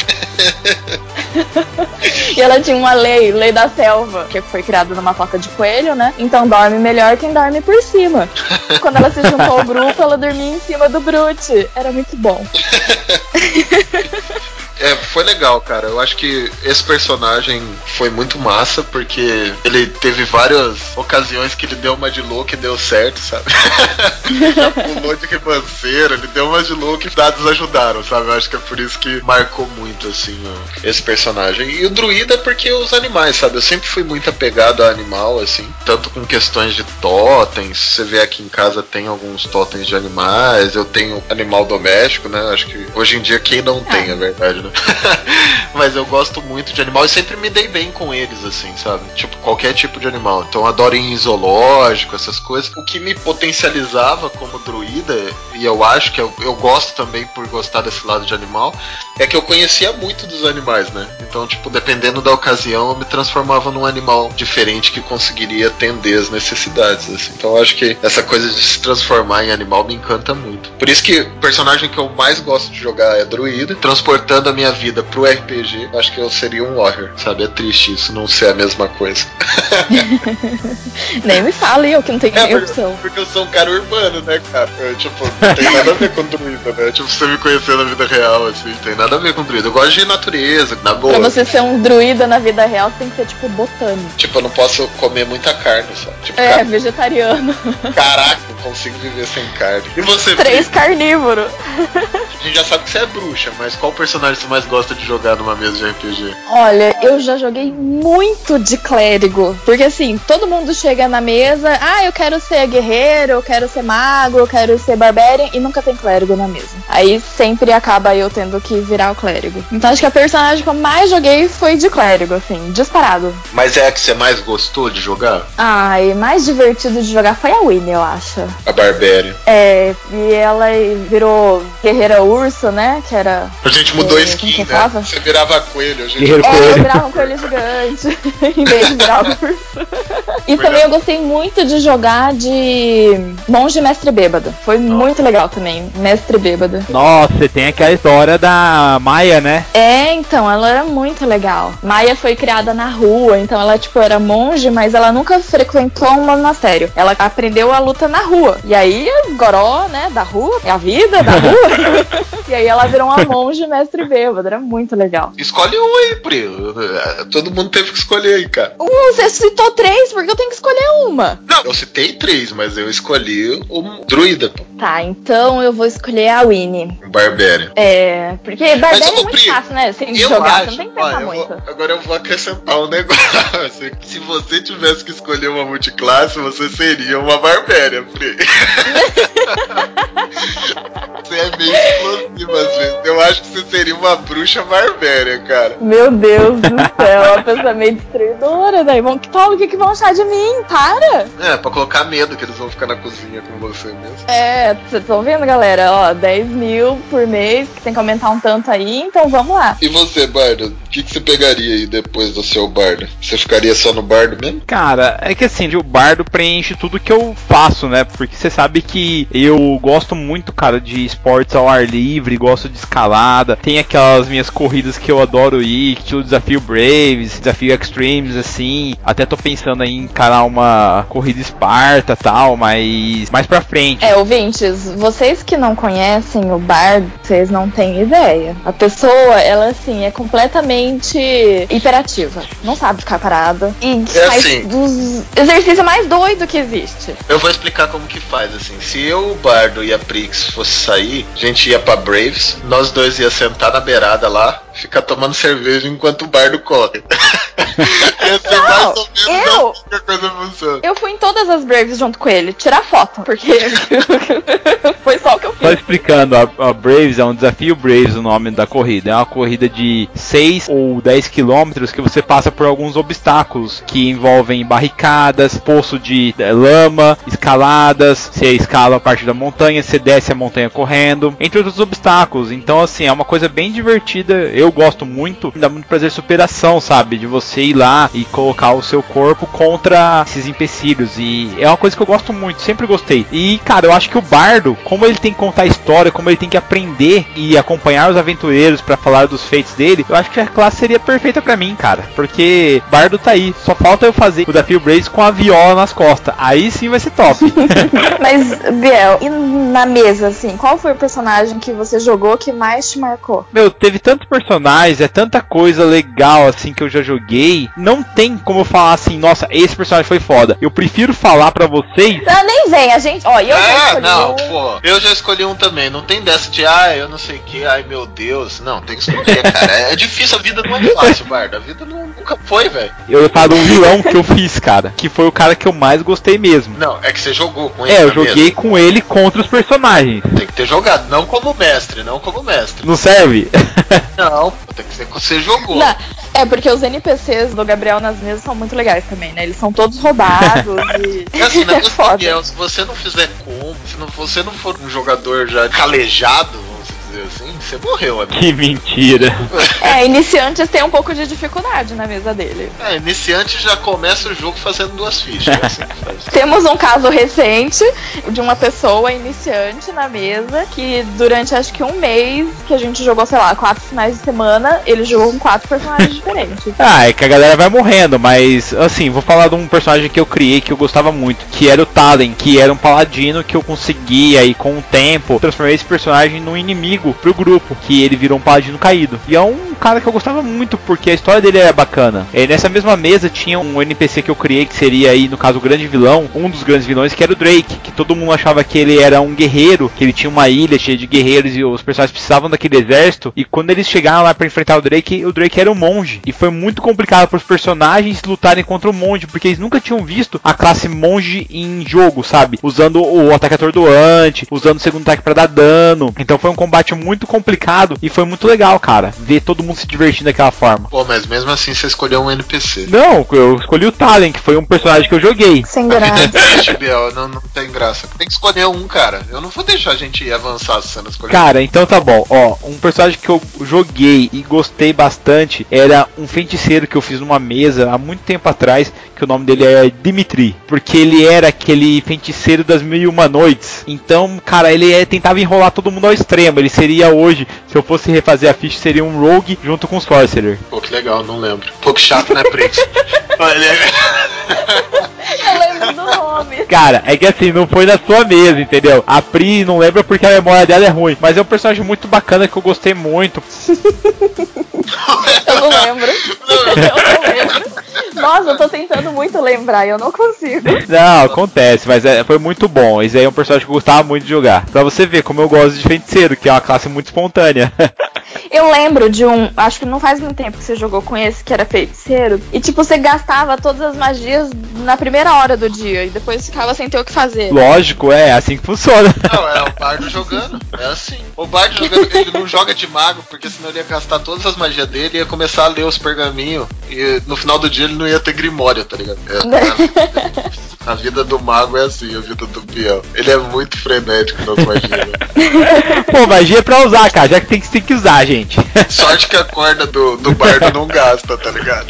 Winnie. E ela tinha uma lei da selva, que foi criada numa toca de coelho, né? Então dorme melhor quem dorme por cima. Quando ela se juntou ao grupo, ela dormia em cima do Brute. Era muito bom. Foi legal, cara. Eu acho que esse personagem foi muito massa, porque ele teve várias ocasiões que ele deu uma de louco e deu certo, sabe? Já pulou de ribanceira, ele deu uma de louco e dados ajudaram, sabe? Eu acho que é por isso que marcou muito, assim, esse personagem. E o druida porque os animais, sabe? Eu sempre fui muito apegado a animal, assim, tanto com questões de totens. Você vê aqui em casa tem alguns totens de animais, eu tenho animal doméstico, né? Acho que hoje em dia quem não tem, é verdade, né? Mas eu gosto muito de animal e sempre me dei bem com eles, assim, sabe? Tipo, qualquer tipo de animal. Então eu adoro ir em zoológico, essas coisas. O que me potencializava como druida, e eu acho que eu gosto também por gostar desse lado de animal, é que eu conhecia muito dos animais, né? Então, tipo, dependendo da ocasião, eu me transformava num animal diferente que conseguiria atender as necessidades, assim. Então eu acho que essa coisa de se transformar em animal me encanta muito. Por isso que o personagem que eu mais gosto de jogar é druida, transportando a minha vida pro RPG, acho que eu seria um warrior, sabe? É triste isso, não ser a mesma coisa. Nem me fale, eu que não tenho nem opção. Porque eu sou um cara urbano, né, cara? Tipo, não tem nada a ver com druida, né? Tipo, você me conhecer na vida real, assim, tem nada a ver com druida. Eu gosto de natureza, na boa. Pra você ser um druida na vida real, você tem que ser, tipo, botânico. Tipo, eu não posso comer muita carne, só. Tipo, vegetariano. Caraca, não consigo viver sem carne. E você? 3 carnívoros. A gente já sabe que você é bruxa, mas qual personagem você mais gosta de jogar numa mesa de RPG? Olha, eu já joguei muito de clérigo. Porque assim, todo mundo chega na mesa, eu quero ser guerreiro, eu quero ser mago, eu quero ser barbarian, e nunca tem clérigo na mesa. Aí sempre acaba eu tendo que virar o clérigo. Então acho que a personagem que eu mais joguei foi de clérigo, assim, disparado. Mas é a que você mais gostou de jogar? E mais divertido de jogar foi a Winnie, eu acho. A Barbarian. E ela virou guerreira urso, né? Que era... A gente mudou a skin, né? Você virava coelho, a gente... Guerreiro coelho. Eu virava um coelho gigante, em vez de virar urso. E também eu gostei muito de jogar de monge mestre bêbado. Foi muito legal também, mestre bêbado. Nossa, tem aquela história da Maia, né? Então, ela era muito legal. Maia foi criada na rua, então ela, tipo, era monge, mas ela nunca frequentou um monastério. Ela aprendeu a luta na rua. E aí, goró, né, da rua, é a vida da rua. E aí ela virou uma monge mestre bêbado. Era muito legal. Escolhe um aí, Pri. Todo mundo teve que escolher aí, cara. Você citou 3, porque eu tenho que escolher uma. Não, eu citei 3, mas eu escolhi o druida, pô. Tá, então eu vou escolher a Winnie. O Barbarian. Porque Barbarian é muito fácil, né? Sem jogar, você não tem que pensar muito. Agora eu vou acrescentar um negócio. Se você tivesse que escolher uma multiclasse, você seria uma Barbarian, Pri. Você é meio explosiva às vezes. Eu acho que você seria uma bruxa Barbarian, cara. Meu Deus do céu, uma pessoa meio destruidora, daí o que vão achar de mim? Para! Pra colocar medo que eles vão ficar na cozinha com você mesmo. Vocês estão vendo, galera? Ó, 10 mil por mês, que tem que aumentar um tanto aí, então vamos lá. E você, Bardo? O que você pegaria aí depois do seu bardo? Você ficaria só no bardo mesmo? Cara, é que assim, o bardo preenche tudo que eu faço, né? Porque você sabe que eu gosto muito, cara, de esportes ao ar livre, gosto de escalada. Tem aquelas minhas corridas que eu adoro ir, que o desafio Braves, desafio Extremes, assim. Até tô pensando em encarar uma corrida Esparta e tal, mas mais pra frente. Ouvintes, vocês que não conhecem o bardo, vocês não têm ideia. A pessoa, ela assim, é completamente hiperativa. Não sabe ficar parada. E faz assim, dos exercícios mais doido que existe. Eu vou explicar como que faz, assim. Se eu, o Bardo e a Prix fosse sair, a gente ia pra Braves, nós dois ia sentar na beirada lá, ficar tomando cerveja enquanto o Bardo corre. Ia ser mais ou menos que a coisa funciona. Eu fui em todas as Braves junto com ele, tirar foto, porque foi só o que eu fiz. Só explicando, a Braves é um desafio Braves, o nome da corrida. É uma corrida de 6 ou 10 quilômetros que você passa por alguns obstáculos que envolvem barricadas, poço de lama, escaladas, você escala a parte da montanha, você desce a montanha correndo, entre outros obstáculos. Então, assim, é uma coisa bem divertida. Eu gosto muito, dá muito prazer superação, sabe? De você ir lá e colocar o seu corpo contra esses empecilhos. E é uma coisa que eu gosto muito, sempre gostei. E, cara, eu acho que o Bardo, como ele tem que contar a história, como ele tem que aprender e acompanhar os aventureiros pra falar dos feitos dele, eu acho que a classe seria perfeita pra mim, cara. Porque Bardo tá aí. Só falta eu fazer o desafio Braves com a viola nas costas. Aí sim vai ser top. Mas, Biel, e na mesa, assim, qual foi o personagem que você jogou que mais te marcou? Meu, teve tantos personagens, é tanta coisa legal, assim, que eu já joguei. Não tem como eu falar assim, nossa, esse personagem foi foda. Eu prefiro falar pra vocês... Não, nem vem, a gente... Ó, eu já escolhi pô, eu já escolhi um também. Não tem dessa de, eu não sei o que, ai meu Deus. Não, tem que escolher, cara. É difícil, a vida não é fácil, Bardo. A vida nunca foi, velho. Eu ia falar de um vilão que eu fiz, cara. Que foi o cara que eu mais gostei mesmo. Não, é que você jogou com ele. Eu joguei com ele contra os personagens. Tem que ter jogado, não como mestre. Não serve? Não, tem que ser que você jogou. Não, porque os NPCs do Gabriel nas mesas são muito legais também, né? Eles são todos roubados e... É assim, né? Se você não fizer combo, se você não for um jogador já calejado, vamos dizer assim, você morreu, amigo. Que mentira. Iniciantes têm um pouco de dificuldade na mesa dele. Iniciante já começa o jogo fazendo 2 fichas. É assim que faz. Temos um caso recente de uma pessoa iniciante na mesa que durante acho que um mês que a gente jogou, sei lá, 4 finais de semana, ele jogou com 4 personagens diferentes. É que a galera vai morrendo, mas assim, vou falar de um personagem que eu criei que eu gostava muito, que era o Talen, que era um paladino que eu consegui aí com o tempo transformar esse personagem num inimigo pro grupo, que ele virou um paladino caído. E é um cara que eu gostava muito, porque a história dele era bacana. Nessa mesma mesa tinha um NPC que eu criei, que seria aí, no caso, o grande vilão, um dos grandes vilões, que era o Drake, que todo mundo achava que ele era um guerreiro, que ele tinha uma ilha cheia de guerreiros e os personagens precisavam daquele exército, e quando eles chegaram lá pra enfrentar o Drake era um monge, e foi muito complicado para os personagens lutarem contra o monge, porque eles nunca tinham visto a classe monge em jogo, sabe? Usando o ataque atordoante, usando o segundo ataque pra dar dano. Então foi um combate muito complicado e foi muito legal, cara, ver todo mundo se divertindo daquela forma. Pô, mas mesmo assim você escolheu um NPC. Não, eu escolhi o Talen, que foi um personagem que eu joguei. Sem graça. Biel, não tem graça. Tem que escolher um, cara. Eu não vou deixar a gente avançar se você não escolher. Cara, então tá bom. Ó, um personagem que eu joguei e gostei bastante era um feiticeiro que eu fiz numa mesa há muito tempo atrás, que o nome dele é Dimitri, porque ele era aquele feiticeiro das 1001 Noites. Então, cara, ele tentava enrolar todo mundo ao extremo. Ele seria hoje, se eu fosse refazer a ficha, seria um rogue junto com o sorcerer. Pô, que legal, não lembro. Pô, que chato, né, Prince? Eu lembro do nome. Cara, é que assim, não foi na sua mesa, entendeu? A Pri não lembra porque a memória dela é ruim. Mas é um personagem muito bacana que eu gostei muito. Eu não lembro. Eu não lembro. Nossa, eu tô tentando muito lembrar e eu não consigo. Não, acontece, mas foi muito bom. Esse aí é um personagem que eu gostava muito de jogar. Pra você ver como eu gosto de feiticeiro, que é uma classe muito espontânea. Eu lembro de acho que não faz muito tempo que você jogou com esse que era feiticeiro. E tipo, você gastava todas as magias na primeira hora do dia e depois ficava sem ter o que fazer. Lógico, é assim que funciona. Não, é o Bardo jogando. É assim. O Bardo jogando, ele não joga de mago, porque senão ele ia gastar todas as magias dele e ia começar a ler os pergaminhos. E no final do dia ele não ia ter grimória, tá ligado? A vida do mago é assim, a vida do peão. Ele é muito frenético nas magias. Né? Pô, magia é pra usar, cara, já que tem que usar, gente. Sorte que a corda do bardo não gasta, tá ligado?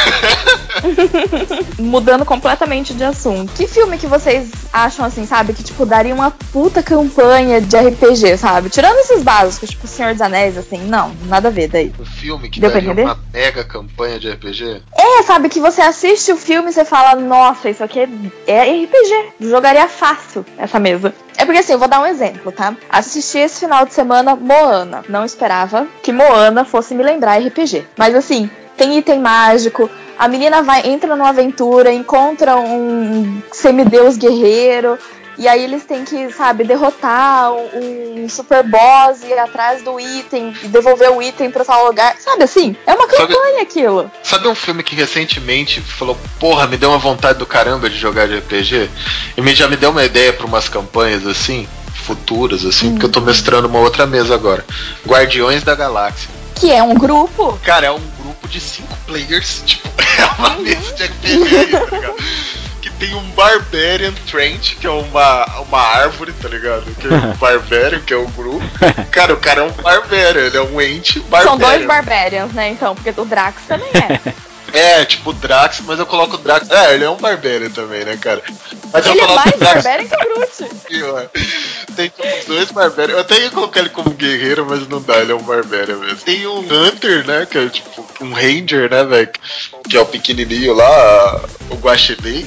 Mudando completamente de assunto. Que filme que vocês acham assim, sabe? Que tipo, daria uma puta campanha de RPG, sabe? Tirando esses básicos, tipo Senhor dos Anéis, assim, não, nada a ver daí. O filme que deu pra daria entender? uma mega campanha de RPG? É, sabe, que você assiste o filme e você fala, nossa, isso aqui é RPG. Jogaria fácil essa mesa. É porque assim, eu vou dar um exemplo, tá? Assisti esse final de semana Moana. Não esperava que Moana fosse me lembrar RPG. Mas assim, tem item mágico. A menina entra numa aventura, encontra um semideus guerreiro. E aí eles têm que, sabe, derrotar um super boss e ir atrás do item e devolver o item pra tal lugar. Sabe assim? É uma campanha aquilo. Sabe um filme que recentemente falou, porra, me deu uma vontade do caramba de jogar de RPG? E já me deu uma ideia pra umas campanhas assim, futuras, assim, porque eu tô mestrando uma outra mesa agora. Guardiões da Galáxia. Que é um grupo? Cara, é um grupo de 5 players, tipo, é uma mesa de RPG aí, tá ligado? Que tem um Barbarian Trent, que é uma árvore, tá ligado? Que é um Barbarian, que é um grupo. Cara, o cara é um Barbarian, ele é um ente Barbarian. São dois Barbarians, né, então, porque o Drax também é. É, tipo o Drax, mas eu coloco o Drax. É, ele é um Barbarian também, né, cara? Mas ele eu coloco é mais o Drax... Barbarian que o Groot. Tem tipo dois Barbarians. Eu até ia colocar ele como guerreiro, mas não dá, ele é um Barbarian mesmo. Tem um Hunter, né, que é tipo um Ranger, né, velho? Que é o pequenininho lá, o Guaxinim.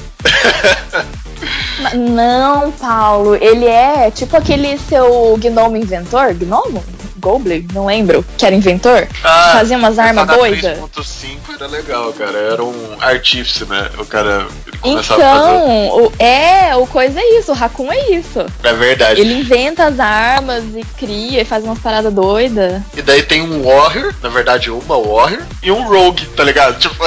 Não, Paulo, ele é tipo aquele seu gnomo inventor, gnomo? Goblin? Não lembro, que era inventor, que fazia umas armas doidas. 3.5 era legal, cara, era um artífice, né, o cara começava então, o coisa é isso, o Raccoon é isso. É verdade. Ele inventa as armas e cria e faz umas paradas doidas. E daí tem um Warrior, na verdade uma Warrior, e um Rogue, tá ligado? Tipo,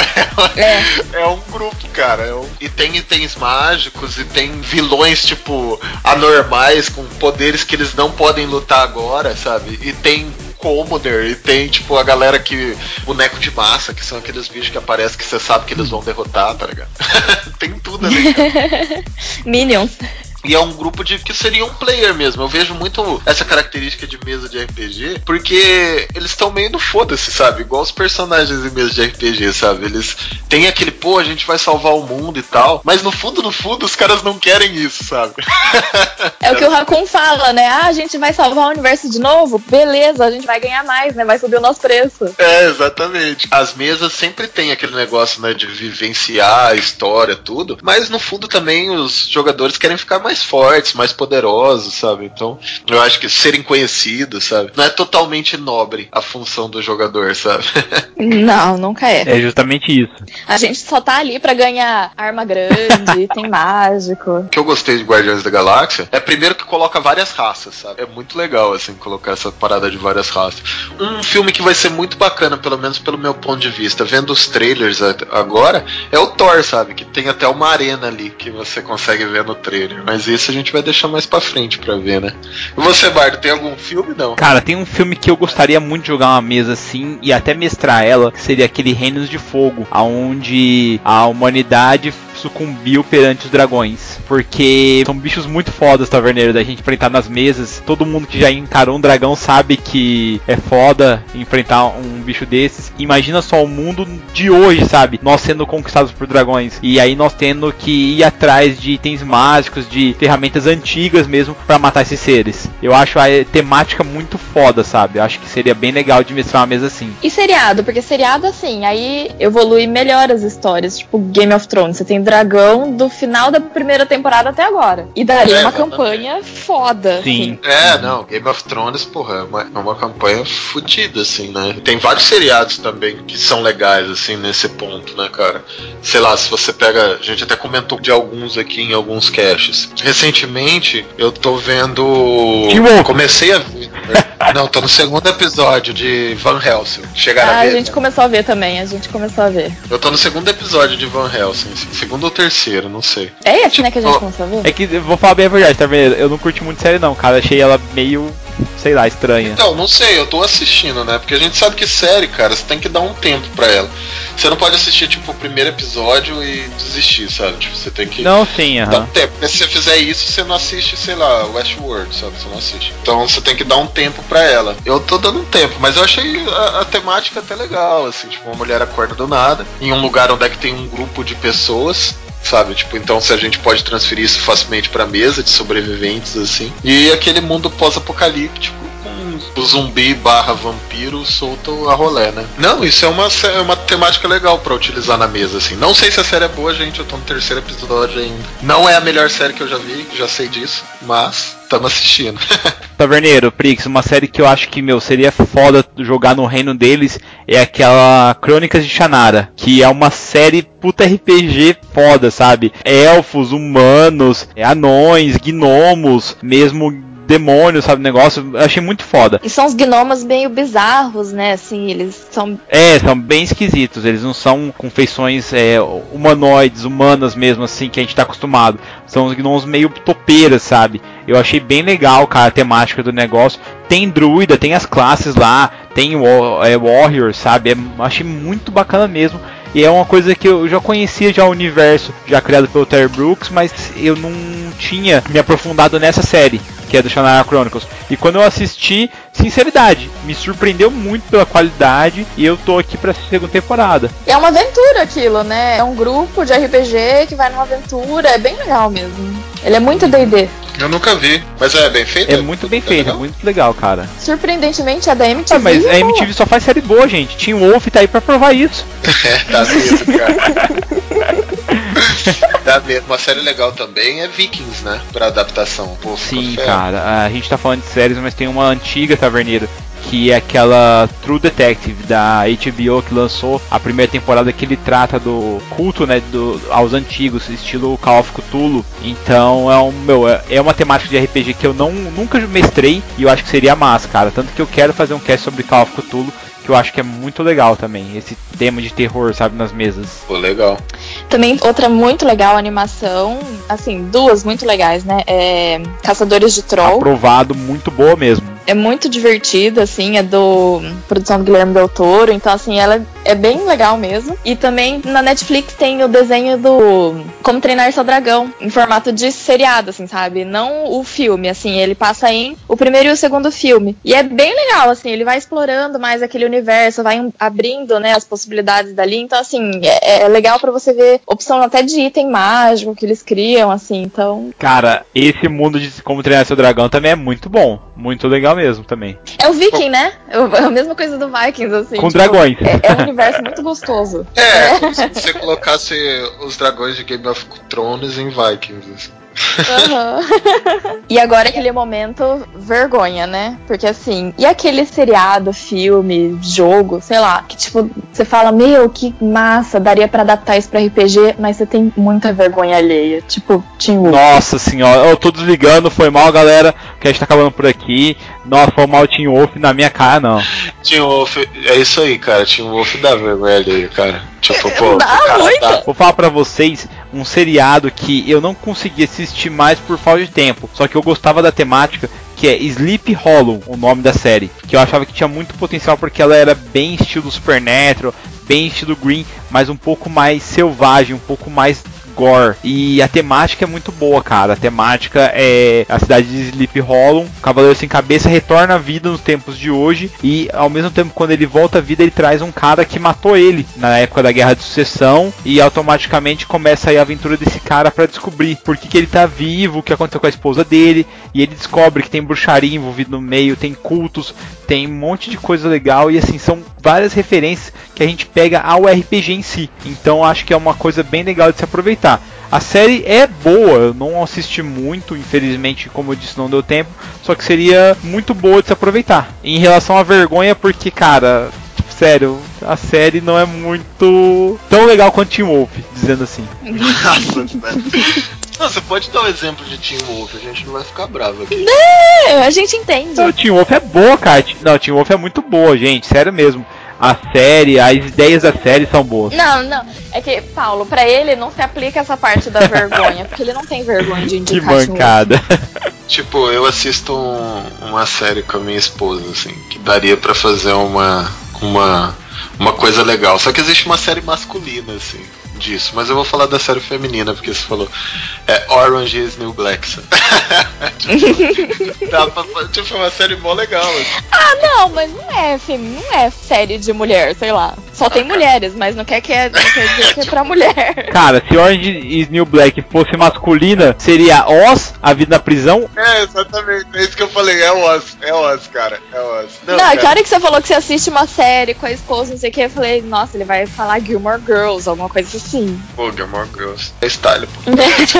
é um grupo, cara. E tem itens mágicos, e tem vilões, tipo, anormais, com poderes que eles não podem lutar agora, sabe? E tem Commodore, e tem, tipo, a galera que... boneco de massa, que são aqueles bichos que aparecem que você sabe que eles vão derrotar, tá ligado? Tem tudo ali, cara. Minions. E é um grupo que seria um player mesmo. Eu vejo muito essa característica de mesa de RPG, porque eles estão meio no foda-se, sabe? Igual os personagens em mesa de RPG, sabe? Eles têm aquele, pô, a gente vai salvar o mundo e tal, mas no fundo, os caras não querem isso, sabe? É o que o Raccoon fala, né? Ah, a gente vai salvar o universo de novo? Beleza, a gente vai ganhar mais, né? Vai subir o nosso preço. É, exatamente. As mesas sempre tem aquele negócio, né, de vivenciar a história, tudo, mas no fundo também os jogadores querem ficar mais fortes, mais poderosos, sabe? Então, eu acho que serem conhecidos, sabe? Não é totalmente nobre a função do jogador, sabe? Não, nunca é. É justamente isso. A gente só tá ali pra ganhar arma grande, item mágico. O que eu gostei de Guardiões da Galáxia é primeiro que coloca várias raças, sabe? É muito legal, assim, colocar essa parada de várias raças. Um filme que vai ser muito bacana, pelo menos pelo meu ponto de vista, vendo os trailers agora, é o Thor, sabe? Que tem até uma arena ali que você consegue ver no trailer. Mas isso a gente vai deixar mais pra frente pra ver, né? E você, Bardo, tem algum filme, não? Cara, tem um filme que eu gostaria muito de jogar uma mesa assim e até mestrar ela, que seria aquele Reinos de Fogo, aonde a humanidade sucumbiu perante os dragões, porque são bichos muito fodas, taverneiro, da gente enfrentar nas mesas. Todo mundo que já encarou um dragão sabe que é foda enfrentar um bicho desses. Imagina só o mundo de hoje, sabe? Nós sendo conquistados por dragões, e aí nós tendo que ir atrás de itens mágicos, de ferramentas antigas mesmo, pra matar esses seres. Eu acho a temática muito foda, sabe? Eu acho que seria bem legal de mestrar uma mesa assim. E seriado, porque seriado assim, aí evolui melhor as histórias, tipo Game of Thrones, você tem dragão do final da primeira temporada até agora. E daria uma campanha foda. Sim. Assim. Não, Game of Thrones, porra, é uma campanha fodida, assim, né? Tem vários seriados também que são legais, assim, nesse ponto, né, cara? Sei lá, se você pega... A gente até comentou de alguns aqui em alguns caches. Recentemente, eu tô vendo... Comecei a ver... Não, tô no segundo episódio de Van Helsing. Chegaram a ver? A gente começou a ver também, Eu tô no segundo episódio de Van Helsing, assim, segundo ou terceiro, não sei. É esse, né, que a gente começou a ver? É que, vou falar bem a verdade, tá vendo? Eu não curti muito série não, cara. Achei ela meio, sei lá, estranha. Então, não sei, eu tô assistindo, né? Porque a gente sabe que série, cara, você tem que dar um tempo pra ela. Você não pode assistir, tipo, o primeiro episódio e desistir, sabe? Tipo, você tem que Não, sim, dar um tempo. Porque se você fizer isso, você não assiste, sei lá, Westworld, sabe? Você não assiste. Então você tem que dar um tempo pra ela. Eu tô dando um tempo, mas eu achei a temática até legal, assim, tipo, uma mulher acorda do nada, em um lugar onde é que tem um grupo de pessoas, sabe? Tipo, então se a gente pode transferir isso facilmente pra mesa de sobreviventes, assim. E aquele mundo pós-apocalíptico com o zumbi / vampiro solto a rolé, né? Não, isso é uma temática legal pra utilizar na mesa, assim. Não sei se a série é boa, gente, eu tô no terceiro episódio ainda. Não é a melhor série que eu já vi, já sei disso, mas estamos assistindo. Taverneiro, Prix, uma série que eu acho que, seria foda jogar no reino deles é aquela Crônicas de Shannara, que é uma série puta RPG foda, sabe? Elfos, humanos, anões, gnomos, mesmo demônios, sabe, negócio, eu achei muito foda. E são os gnomos meio bizarros, né, assim, eles são... são bem esquisitos, eles não são com feições humanoides, humanas mesmo, assim, que a gente tá acostumado. São os gnomos meio topeiras, sabe? Eu achei bem legal, cara, a temática do negócio. Tem druida, tem as classes lá, tem warrior, sabe? Achei muito bacana mesmo. E é uma coisa que eu já conhecia já o universo, já criado pelo Terry Brooks, mas eu não tinha me aprofundado nessa série, que é do Shannara Chronicles. E quando eu assisti, sinceridade, me surpreendeu muito pela qualidade e eu tô aqui pra segunda temporada. É uma aventura aquilo, né? É um grupo de RPG que vai numa aventura, é bem legal mesmo. Ele é muito D&D. Eu nunca vi, mas é bem feito? É muito bem feito, é muito legal, cara. Surpreendentemente, é da MTV. Mas a MTV só faz série boa, gente. Teen Wolf tá aí pra provar isso. Tá mesmo, cara. Tá mesmo. Uma série legal também é Vikings, né? Pra adaptação. Pô, sim, cara. A gente tá falando de séries, mas tem uma antiga, Taverneiro, que é aquela True Detective da HBO, que lançou a primeira temporada, que ele trata do culto, né, aos antigos, estilo Call of Cthulhu. Então é uma temática de RPG que eu nunca mestrei e eu acho que seria massa, cara. Tanto que eu quero fazer um cast sobre Call of Cthulhu, que eu acho que é muito legal também, esse tema de terror, sabe, nas mesas. Pô, legal. Também outra muito legal, animação, assim, duas muito legais, né, Caçadores de Troll. Aprovado, muito boa mesmo. É muito divertida, assim, é produção do Guilherme Del Toro, então, assim, ela é bem legal mesmo. E também na Netflix tem o desenho do Como Treinar Seu Dragão, em formato de seriado, assim, sabe? Não o filme, assim, ele passa em o primeiro e o segundo filme. E é bem legal, assim, ele vai explorando mais aquele universo, vai abrindo, né, as possibilidades dali. Então, assim, é legal pra você ver opção até de item mágico que eles criam, assim, então... Cara, esse mundo de Como Treinar Seu Dragão também é muito bom, muito legal mesmo também. É o Viking, né? É a mesma coisa do Vikings, assim. Com dragões. É um universo muito gostoso. Como se você colocasse os dragões de Game of Thrones em Vikings, assim. Uhum. E agora aquele momento vergonha, né? Porque assim, e aquele seriado, filme, jogo, sei lá, que tipo, você fala, meu, que massa, daria pra adaptar isso pra RPG, mas você tem muita vergonha alheia. Tipo, Teen Wolf. Nossa senhora, eu tô desligando, foi mal, galera, que a gente tá acabando por aqui. Nossa, foi mal o Teen Wolf na minha cara, não. Teen Wolf, é isso aí, cara. Teen Wolf dá vergonha alheia, cara. Tipo, pô, dá. Vou falar pra vocês um seriado que eu não consegui assistir mais por falta de tempo, só que eu gostava da temática, que é Sleep Hollow, o nome da série, que eu achava que tinha muito potencial porque ela era bem estilo Supernatural, bem estilo Green, mas um pouco mais selvagem, um pouco mais gore. E a temática é muito boa, cara. A temática é a cidade de Sleep Hollow. O Cavaleiro Sem Cabeça retorna à vida nos tempos de hoje e, ao mesmo tempo, quando ele volta à vida, ele traz um cara que matou ele na época da Guerra de Sucessão e automaticamente começa aí a aventura desse cara para descobrir por que ele tá vivo, o que aconteceu com a esposa dele, e ele descobre que tem bruxaria envolvida no meio, tem cultos, tem um monte de coisa legal e, assim, são várias referências que a gente pega ao RPG em si. Então acho que é uma coisa bem legal de se aproveitar. A série é boa, eu não assisti muito, infelizmente, como eu disse, não deu tempo, só que seria muito boa de se aproveitar. Em relação à vergonha, porque, cara, sério, a série não é muito tão legal quanto Teen Wolf, dizendo assim. Nossa, não, você pode dar um exemplo de Teen Wolf, a gente não vai ficar bravo aqui. Não, a gente entende. Não, Teen Wolf é boa, cara. Não, Teen Wolf é muito boa, gente, sério mesmo. A série, as ideias da série são boas. Não. É que, Paulo, pra ele não se aplica essa parte da vergonha, porque ele não tem vergonha de Que indicar Teen Wolf. mancada. Tipo, eu assisto uma série com a minha esposa, assim, que daria pra fazer uma coisa legal. Só que existe uma série masculina, assim, disso. Mas eu vou falar da série feminina, porque você falou Orange is New Black. Tipo, é uma série mó legal, assim. Ah, não, mas não é série de mulher, sei lá. Só tem mulheres, mas não quer dizer que é pra mulher. Cara, se Orange is New Black fosse masculina, seria Oz, a vida na prisão? É, exatamente. É isso que eu falei. É Oz, cara. É Oz. Não, que hora que você falou que você assiste uma série com a esposa, não sei o que, eu falei, nossa, ele vai falar Gilmore Girls, alguma coisa assim. Pô, Gilmore Girls. É style, pô.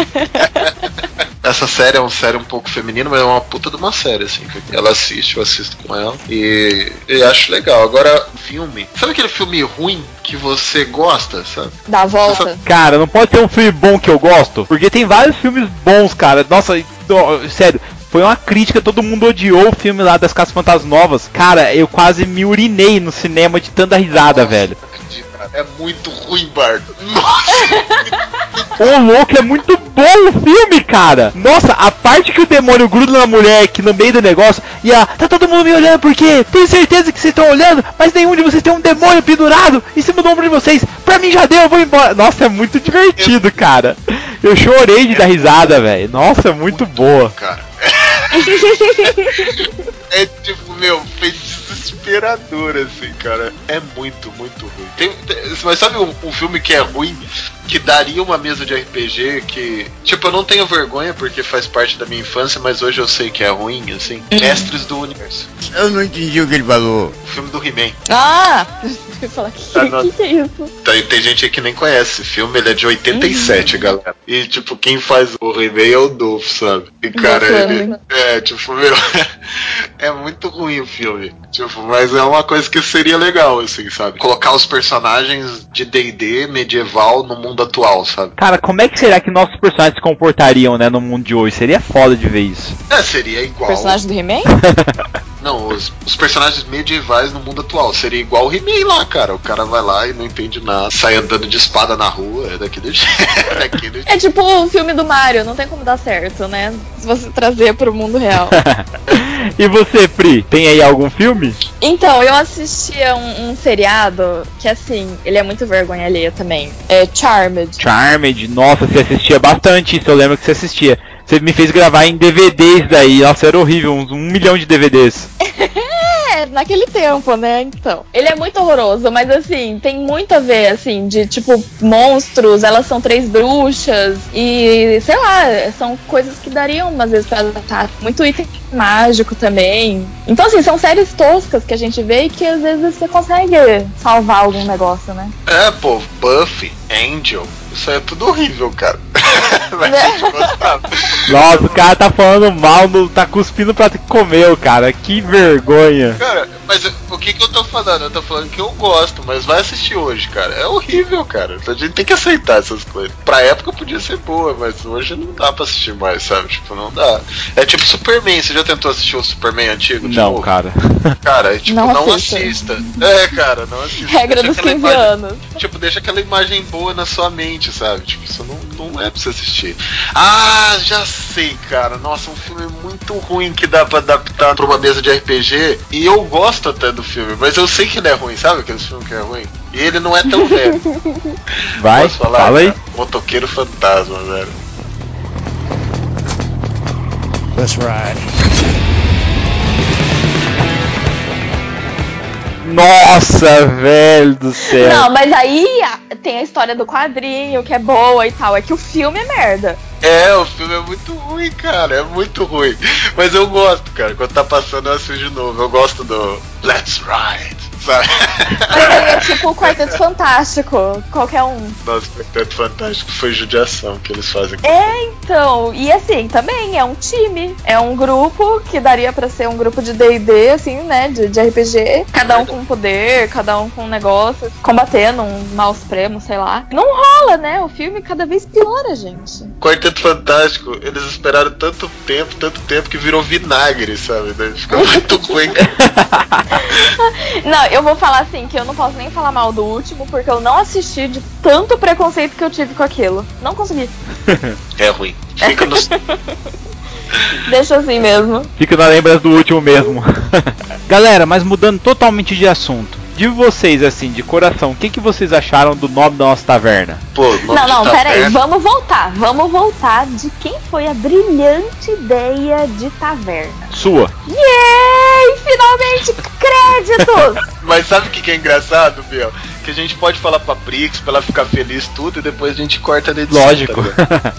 Essa série é uma série um pouco feminina, mas é uma puta de uma série, assim. Que ela assiste, eu assisto com ela. E acho legal. Agora, filme. Sabe aquele filme ruim que você gosta, sabe? Dá a volta? Cara, não pode ter um filme bom que eu gosto, porque tem vários filmes bons, cara. Nossa, sério. Foi uma crítica, todo mundo odiou o filme lá das Caças Fantasmas Novas. Cara, eu quase me urinei no cinema de tanta risada, velho. É muito ruim, Bardo. Nossa! Ô, louco, é muito bom o filme, cara. Nossa, a parte que o demônio gruda na mulher aqui no meio do negócio e tá todo mundo me olhando porque tenho certeza que vocês estão olhando, mas nenhum de vocês tem um demônio pendurado em cima do ombro de vocês. Pra mim já deu, eu vou embora. Nossa, é muito divertido, cara. Eu chorei de dar risada, velho. Nossa, é muito boa. Cara. É tipo, fez desesperador, assim, cara. É muito, muito ruim. Mas sabe um filme que é ruim, que daria uma mesa de RPG que... Tipo, eu não tenho vergonha porque faz parte da minha infância, mas hoje eu sei que é ruim, assim. Mestres do Universo. Eu não entendi o que ele falou. O filme do He-Man. Ah! Eu ia falar, que é isso? Tem gente aí que nem conhece. Esse filme, ele é de 87, galera. E, tipo, quem faz o He-Man é o Dolph, sabe? E, cara, ele... tipo, é muito ruim o filme. Tipo, mas é uma coisa que seria legal, assim, sabe? Colocar os personagens de D&D medieval no mundo atual, sabe? Cara, como é que será que nossos personagens se comportariam, né, no mundo de hoje? Seria foda de ver isso. Seria igual... Personagem do He-Man? Não, os personagens medievais no mundo atual. Seria igual o He-Man lá, cara. O cara vai lá e não entende nada. Sai andando de espada na rua. É daquele jeito. É tipo o filme do Mario. Não tem como dar certo, né? Se você trazer pro mundo real. E você, Pri? Tem aí algum filme? Então, eu assistia um seriado que, assim, ele é muito vergonha alheia também. É Charmed. Charmed? Nossa, você assistia bastante isso. Eu lembro que você assistia. Você me fez gravar em DVDs daí. Nossa, era horrível. Uns 1 milhão de DVDs. Naquele tempo, né? Então. Ele é muito horroroso, mas assim, tem muito a ver, assim, de tipo, monstros, elas são 3 bruxas e, sei lá, são coisas que dariam, às vezes, pra adaptar. Muito item mágico também. Então, assim, são séries toscas que a gente vê e que às vezes você consegue salvar algum negócio, né? Pô, Buffy, Angel, isso aí é tudo horrível, cara. Mas a gente gostava. Nossa, o cara tá falando mal, tá cuspindo pra que comeu, cara. Que vergonha. Cara, mas o que eu tô falando? Eu tô falando que eu gosto, mas vai assistir hoje, cara. É horrível, cara. A gente tem que aceitar essas coisas. Pra época podia ser boa, mas hoje não dá pra assistir mais, sabe? Tipo, não dá. É tipo Superman. Você já tentou assistir o Superman antigo? Não, tipo, cara. Cara, é tipo, não assista. Cara, não assista. Regra dos 15 anos. Tipo, deixa aquela imagem boa na sua mente, sabe? Tipo, isso não é pra você assistir. Ah, já sei, cara. Nossa, um filme muito ruim que dá pra adaptar pra uma mesa de RPG. E eu gosto até do filme, mas eu sei que ele é ruim, sabe? Aquele filme que é ruim. E ele não é tão velho. Vai, posso falar? fala aí. Motoqueiro Fantasma, velho. Let's ride. Nossa, velho do céu. Não, mas aí tem a história do quadrinho, que é boa e tal. É que o filme é merda. O filme é muito ruim, cara. É muito ruim. Mas eu gosto, cara. Quando tá passando, eu assisto de novo. Eu gosto do Let's Ride. sabe? Mas aí é tipo o Quarteto Fantástico, qualquer um. Nossa, o Quarteto Fantástico foi judiação que eles fazem. Então, e assim, também é um time, é um grupo que daria pra ser um grupo de D&D, assim, né, de RPG, cada um com um poder, cada um com um negócio, combatendo um mal supremo, sei lá. Não rola, né, o filme cada vez piora, gente. Quarteto Fantástico, eles esperaram tanto tempo que virou vinagre, sabe? Daí fica muito ruim. Não, eu vou falar assim, que eu não posso nem falar mal do último, porque eu não assisti de tanto preconceito que eu tive com aquilo. Não consegui. É ruim. Fica nos... Deixa assim mesmo. Fica na lembrança do último mesmo. Galera, mas mudando totalmente de assunto. De vocês, assim, de coração, o que vocês acharam do nome da nossa taverna? Pô, não, peraí, vamos voltar de quem foi a brilhante ideia de taverna. Sua. Yay! Finalmente, créditos! Mas sabe o que é engraçado, Biel? Que a gente pode falar pra Prix, pra ela ficar feliz tudo, e depois a gente corta na edição. Lógico. Tá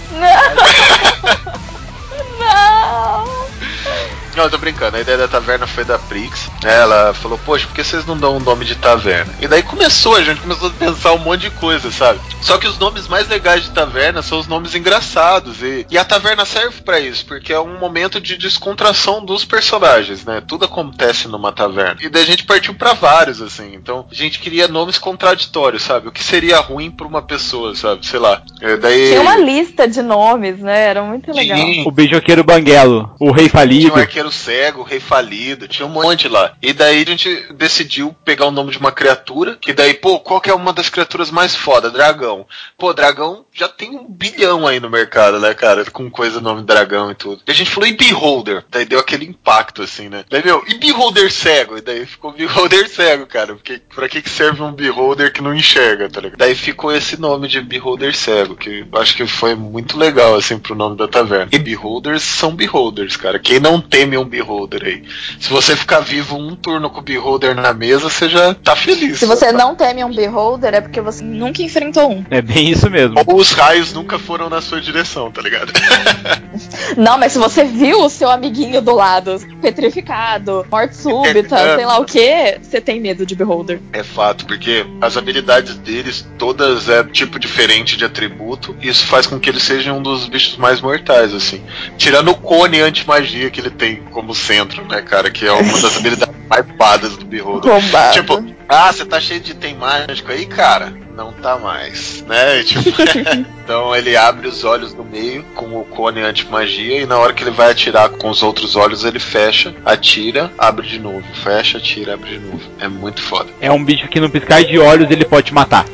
Não! Não, eu tô brincando, a ideia da taverna foi da Prix. Ela falou, poxa, por que vocês não dão um nome de taverna? E daí a gente começou a pensar um monte de coisa, sabe? Só que os nomes mais legais de taverna são os nomes engraçados. E a taverna serve pra isso, porque é um momento de descontração dos personagens, né? Tudo acontece numa taverna. E daí a gente partiu pra vários, assim. Então, a gente queria nomes contraditórios, sabe? O que seria ruim pra uma pessoa, sabe? Sei lá. Daí... Tinha uma lista de nomes, né? Era muito legal. O beijoqueiro banguelo, o rei falido. Tinha o arqueiro cego, o rei falido, tinha um monte lá. E daí a gente decidiu pegar o nome de uma criatura, que daí, pô, qual que é uma das criaturas mais foda? Dragão. Pô, dragão já tem 1 bilhão aí no mercado, né, cara? Com coisa nome dragão e tudo. E a gente falou, e Beholder? Daí deu aquele impacto, assim, né? Daí, e Beholder cego? E daí ficou Beholder cego, cara. Porque pra que serve um Beholder que não enxerga, tá ligado? Daí ficou esse nome de Beholder cego, que eu acho que foi muito legal, assim, pro nome da taverna. E Beholders são Beholders, cara. Quem não teme um Beholder aí? Se você ficar vivo um turno com o Beholder na mesa, você já tá feliz. Se você não teme um Beholder, é porque você nunca enfrentou um. É bem isso mesmo. Ou os raios nunca foram na sua direção, tá ligado? Não, mas se você viu o seu amiguinho do lado, petrificado, morte súbita, sei lá o que, você tem medo de Beholder. É fato, porque as habilidades deles todas é tipo diferente de atributo, e isso faz com que ele seja um dos bichos mais mortais, assim. Tirando o cone anti-magia que ele tem como centro, né, cara? Que é uma das habilidades mais padas do Beholder. Roubado. Tipo, você tá cheio de item mágico aí, cara? Não tá mais, né? Tipo, então ele abre os olhos no meio com o cone anti-magia, e na hora que ele vai atirar com os outros olhos, ele fecha, atira, abre de novo. Fecha, atira, abre de novo. É muito foda. É um bicho que no piscar de olhos ele pode te matar.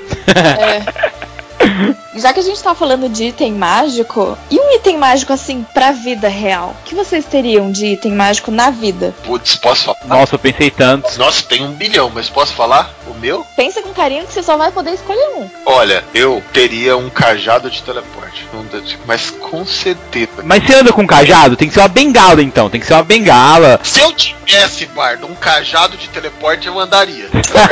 Já que a gente tá falando de item mágico, e um item mágico assim pra vida real? O que vocês teriam de item mágico na vida? Putz, posso falar? Nossa, eu pensei tantos. Nossa, tem 1 bilhão, mas posso falar? O meu? Pensa com carinho que você só vai poder escolher um. Olha, eu teria um cajado de teleporte. Mas com certeza. Mas você anda com cajado? Tem que ser uma bengala então, tem que ser uma bengala. Se eu tivesse, Bardo, um cajado de teleporte, eu andaria.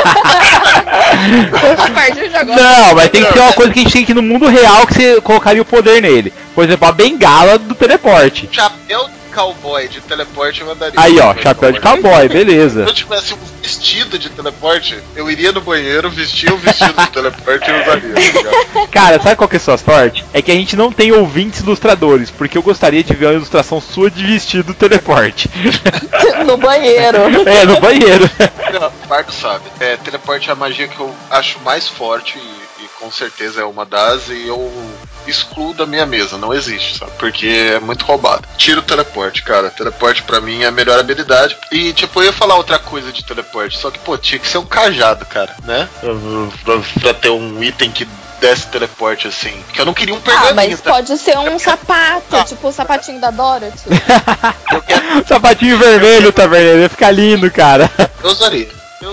A partir de agora. Não, mas tem que ser uma coisa que a gente tem aqui no mundo real que você colocaria o poder nele. Por exemplo, a bengala do teleporte. Chapéu de cowboy de teleporte eu andaria. Aí ó, chapéu de cowboy, beleza. Se eu tivesse um vestido de teleporte, eu iria no banheiro, vestia o vestido de teleporte e usaria. Tá? Cara, sabe qual que é a sua sorte? É que a gente não tem ouvintes ilustradores, porque eu gostaria de ver uma ilustração sua de vestido teleporte. No banheiro. É, no banheiro. Não, o Bardo sabe. Teleporte é a magia que eu acho mais forte e com certeza é uma das, e eu excluo da minha mesa, não existe, sabe? Porque é muito roubado. Tira o teleporte, cara. Teleporte pra mim é a melhor habilidade. E, tipo, eu ia falar outra coisa de teleporte, só que, pô, tinha que ser um cajado, cara, né? Pra ter um item que desse teleporte assim. Que eu não queria um pergaminho. Mas pode ser um sapato, tipo o sapatinho da Dorothy. Sapatinho vermelho, taverneiro, ia ficar lindo, cara. Eu usaria.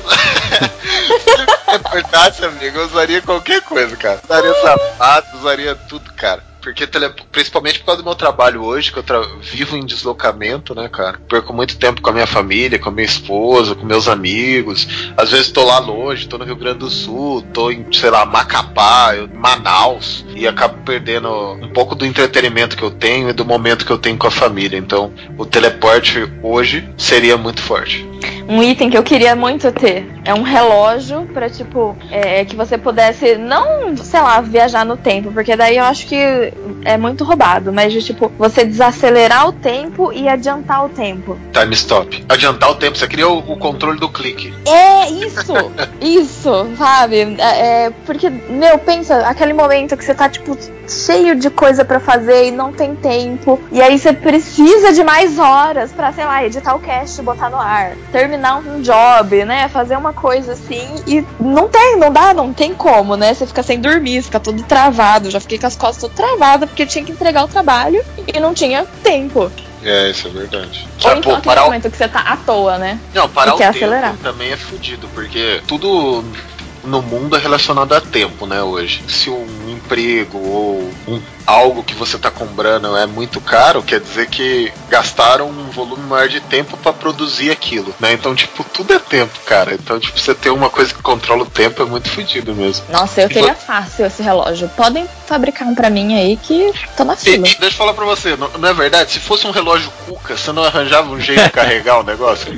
É verdade, amigo, eu usaria qualquer coisa, cara. Usaria sapato, usaria tudo, cara. Porque, principalmente por causa do meu trabalho hoje, que eu vivo em deslocamento, né, cara? Perco muito tempo com a minha família, com a minha esposa, com meus amigos. Às vezes tô lá longe, tô no Rio Grande do Sul, tô em, sei lá, Macapá, Manaus. E acabo perdendo um pouco do entretenimento que eu tenho e do momento que eu tenho com a família. Então, o teleporte hoje seria muito forte. Um item que eu queria muito ter é um relógio pra, tipo, que você pudesse, não, sei lá, viajar no tempo, porque daí eu acho que é muito roubado, mas de, tipo, você desacelerar o tempo e adiantar o tempo. Time stop. Adiantar o tempo, você queria o controle do clique. É, isso, sabe? Porque, meu, pensa, aquele momento que você tá, tipo, cheio de coisa pra fazer e não tem tempo, e aí você precisa de mais horas pra, sei lá, editar o cast e botar no ar, terminar um job, né, fazer uma coisa assim, e não tem como, né, você fica sem dormir, fica tudo travado, já fiquei com as costas todas travadas porque tinha que entregar o trabalho e não tinha tempo. É, isso é verdade. Ou então aquele momento que você tá à toa, né? Não, parar o tempo acelerar. também é fudido, porque tudo no mundo é relacionado a tempo, né, hoje. Se um emprego ou algo que você tá comprando é muito caro, quer dizer que gastaram um volume maior de tempo pra produzir aquilo, né? Então, tipo, tudo é tempo, cara. Então, tipo, você ter uma coisa que controla o tempo é muito fudido mesmo. Nossa, eu teria fácil esse relógio. Podem fabricar um pra mim aí que tô na fila. E deixa eu falar pra você, não é verdade? Se fosse um relógio Cuca, você não arranjava um jeito de carregar o negócio?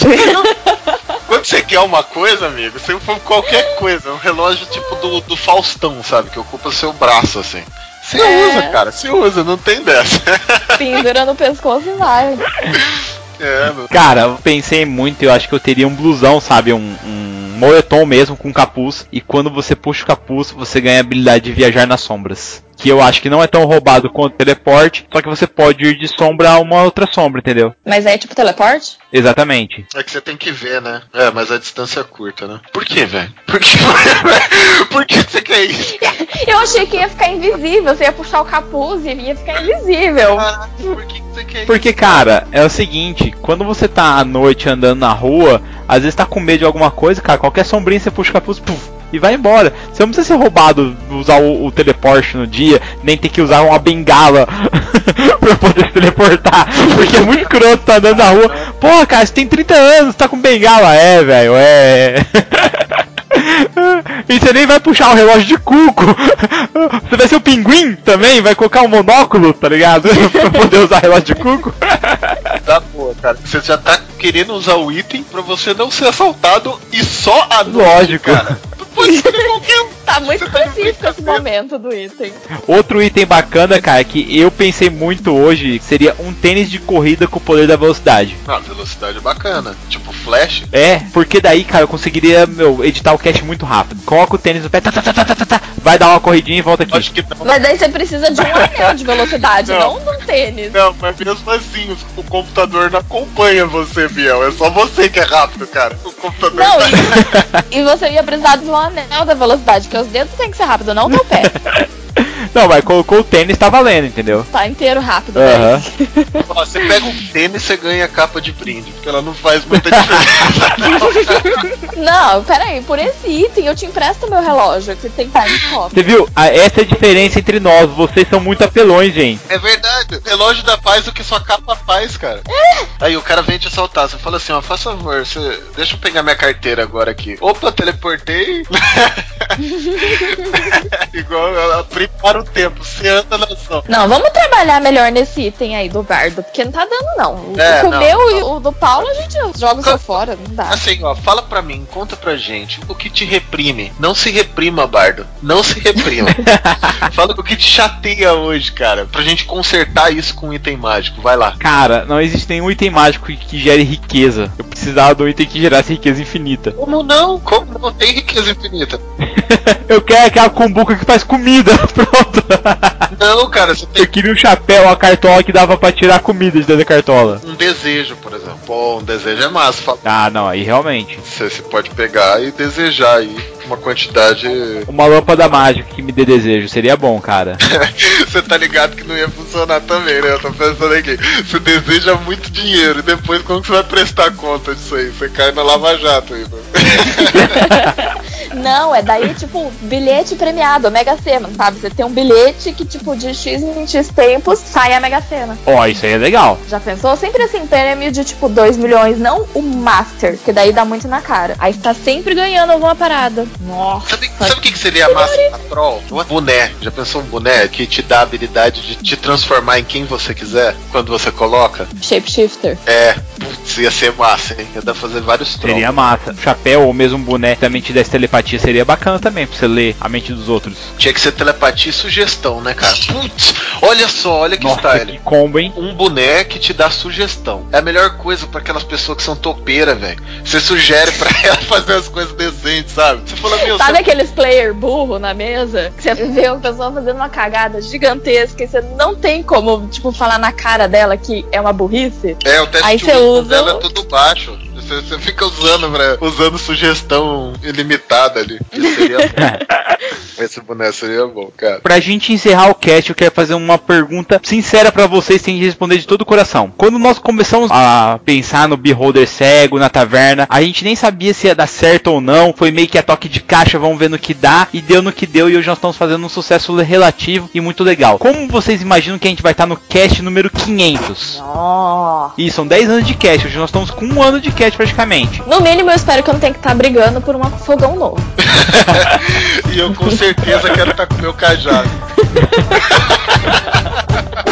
Quando você quer uma coisa, amigo, você for qualquer coisa, um relógio tipo do Faustão, sabe? Que ocupa seu braço, assim. Você usa, cara, você usa, não tem dessa. Pendura no pescoço e vai. Cara, eu pensei muito, eu acho que eu teria um blusão, sabe? Um moletom mesmo com capuz. E quando você puxa o capuz, você ganha a habilidade de viajar nas sombras. Que eu acho que não é tão roubado quanto o teleporte, só que você pode ir de sombra a uma outra sombra, entendeu? Mas é tipo teleporte? Exatamente. É que você tem que ver, né? É, mas a distância é curta, né? Por que, velho? Por que você quer isso? Eu achei que ia ficar invisível, você ia puxar o capuz e ia ficar invisível. Por que você quer isso? Porque, cara, é o seguinte, quando você tá à noite andando na rua, às vezes tá com medo de alguma coisa, cara, qualquer sombrinha você puxa o capuz, puf, e vai embora. Você não precisa ser roubado, usar o teleporte no dia, nem ter que usar uma bengala pra poder se teleportar. Porque é muito escroto, tá andando na rua. Porra, cara, você tem 30 anos, tá com bengala. É, velho, E você nem vai puxar o relógio de cuco. Você vai ser o pinguim também, vai colocar um monóculo, tá ligado? Pra poder usar relógio de cuco. Tá boa, cara. Você já tá querendo usar o item pra você não ser assaltado e só a noite, Lógico. cara. Pode ser qualquer um. Tá muito específico esse momento do item. Outro item bacana, cara, que eu pensei muito hoje, seria um tênis de corrida com o poder da velocidade. Ah, velocidade é bacana. Tipo Flash. É, porque daí, cara, eu conseguiria, editar o cast muito rápido. Coloca o tênis no pé, vai dar uma corridinha e volta aqui. Acho que não. Mas daí você precisa de um anel de velocidade, não de um tênis. Não, mas mesmo assim, o computador não acompanha você, Biel. É só você que é rápido, cara. O computador Não, e você ia precisar de um anel da velocidade, porque os dedos tem que ser rápido, não o teu pé. Não, mas colocou o tênis, tá valendo, entendeu? Tá inteiro rápido, Aham. né? Ó, você pega um tênis e você ganha a capa de brinde, porque ela não faz muita diferença. Não, peraí, por esse item eu te empresto meu relógio, que tem time stop. Você viu? Essa é a diferença entre nós. Vocês são muito apelões, gente. É verdade. Relógio dá paz o que sua capa faz, cara. Aí o cara vem te assaltar. Você fala assim, ó, faz favor, deixa eu pegar minha carteira agora aqui. Opa, teleportei. Igual ela prepara o tempo. Você anda na ação. Não, vamos trabalhar melhor nesse item aí do bardo, porque não tá dando não. O não, meu não. E o do Paulo a gente joga só fora, não dá. Assim, ó, fala pra mim, conta pra gente o que te reprime. Não se reprima, Bardo. Não se reprima. Fala o que te chateia hoje, cara. Pra gente consertar isso com um item mágico. Vai lá. Cara, não existe nenhum item mágico que gere riqueza. Eu precisava do item que gerasse riqueza infinita. Como não? Como não? Tem riqueza infinita. Eu quero aquela cumbuca que faz comida. Pronto. Não, cara, você tem Eu queria um chapéu, uma cartola que dava pra tirar comida de dentro da cartola. um desejo, por exemplo. Pô, um desejo é massa. Ah, não, aí realmente. Você pode pegar e desejar aí uma quantidade. Uma lâmpada mágica que me dê desejo, seria bom, cara. Você tá ligado que não ia funcionar também, né? Eu tô pensando aqui. Você deseja muito dinheiro e depois como que você vai prestar conta disso aí? Você cai na Lava Jato aí, mano. Não, é daí, tipo, bilhete premiado, a Mega Sena, sabe? Você tem um bilhete que, tipo, de X em X tempos sai a Mega Sena. Ó, isso aí é legal. Já pensou? Sempre assim, prêmio de, tipo, 2 milhões, não o Master, que daí dá muito na cara. Aí você tá sempre ganhando alguma parada. Nossa. Sabe o que seria massa na Troll? Um boné. Já pensou um boné que te dá a habilidade de te transformar em quem você quiser quando você coloca? Shapeshifter. Putz, ia ser massa, hein? Ia dar pra fazer vários trolls. Seria massa. Chapéu ou mesmo um boné que também te desse telepatia seria bacana também, pra você ler a mente dos outros. Tinha que ser telepatia e sugestão, né, cara? Putz, olha só, olha que Nossa, style. que combo, hein? Um boné que te dá sugestão. É a melhor coisa pra aquelas pessoas que são topeiras, velho. Você sugere pra ela fazer as coisas decentes, sabe? Você fala, meu, Sabe aqueles player burro na mesa? Que você vê uma pessoa fazendo uma cagada gigantesca e você não tem como, tipo, falar na cara dela que é uma burrice? o teste Aí de você wisdom usa dela é tudo baixo. Você fica usando sugestão ilimitada ali. Isso seria bom. Esse boné seria bom, cara. Pra gente encerrar o cast, eu quero fazer uma pergunta sincera pra vocês, tem que responder de todo o coração. Quando nós começamos a pensar no Beholder cego, na taverna, a gente nem sabia se ia dar certo ou não, foi meio que a toque de caixa, vamos ver no que dá, e deu no que deu, e hoje nós estamos fazendo um sucesso relativo e muito legal. Como vocês imaginam que a gente vai estar no cast número 500? Nossa. E são 10 anos de cast, hoje nós estamos com 1 ano de cast praticamente. No mínimo, eu espero que eu não tenha que estar brigando por um fogão novo. E eu com certeza quero estar com o meu cajado.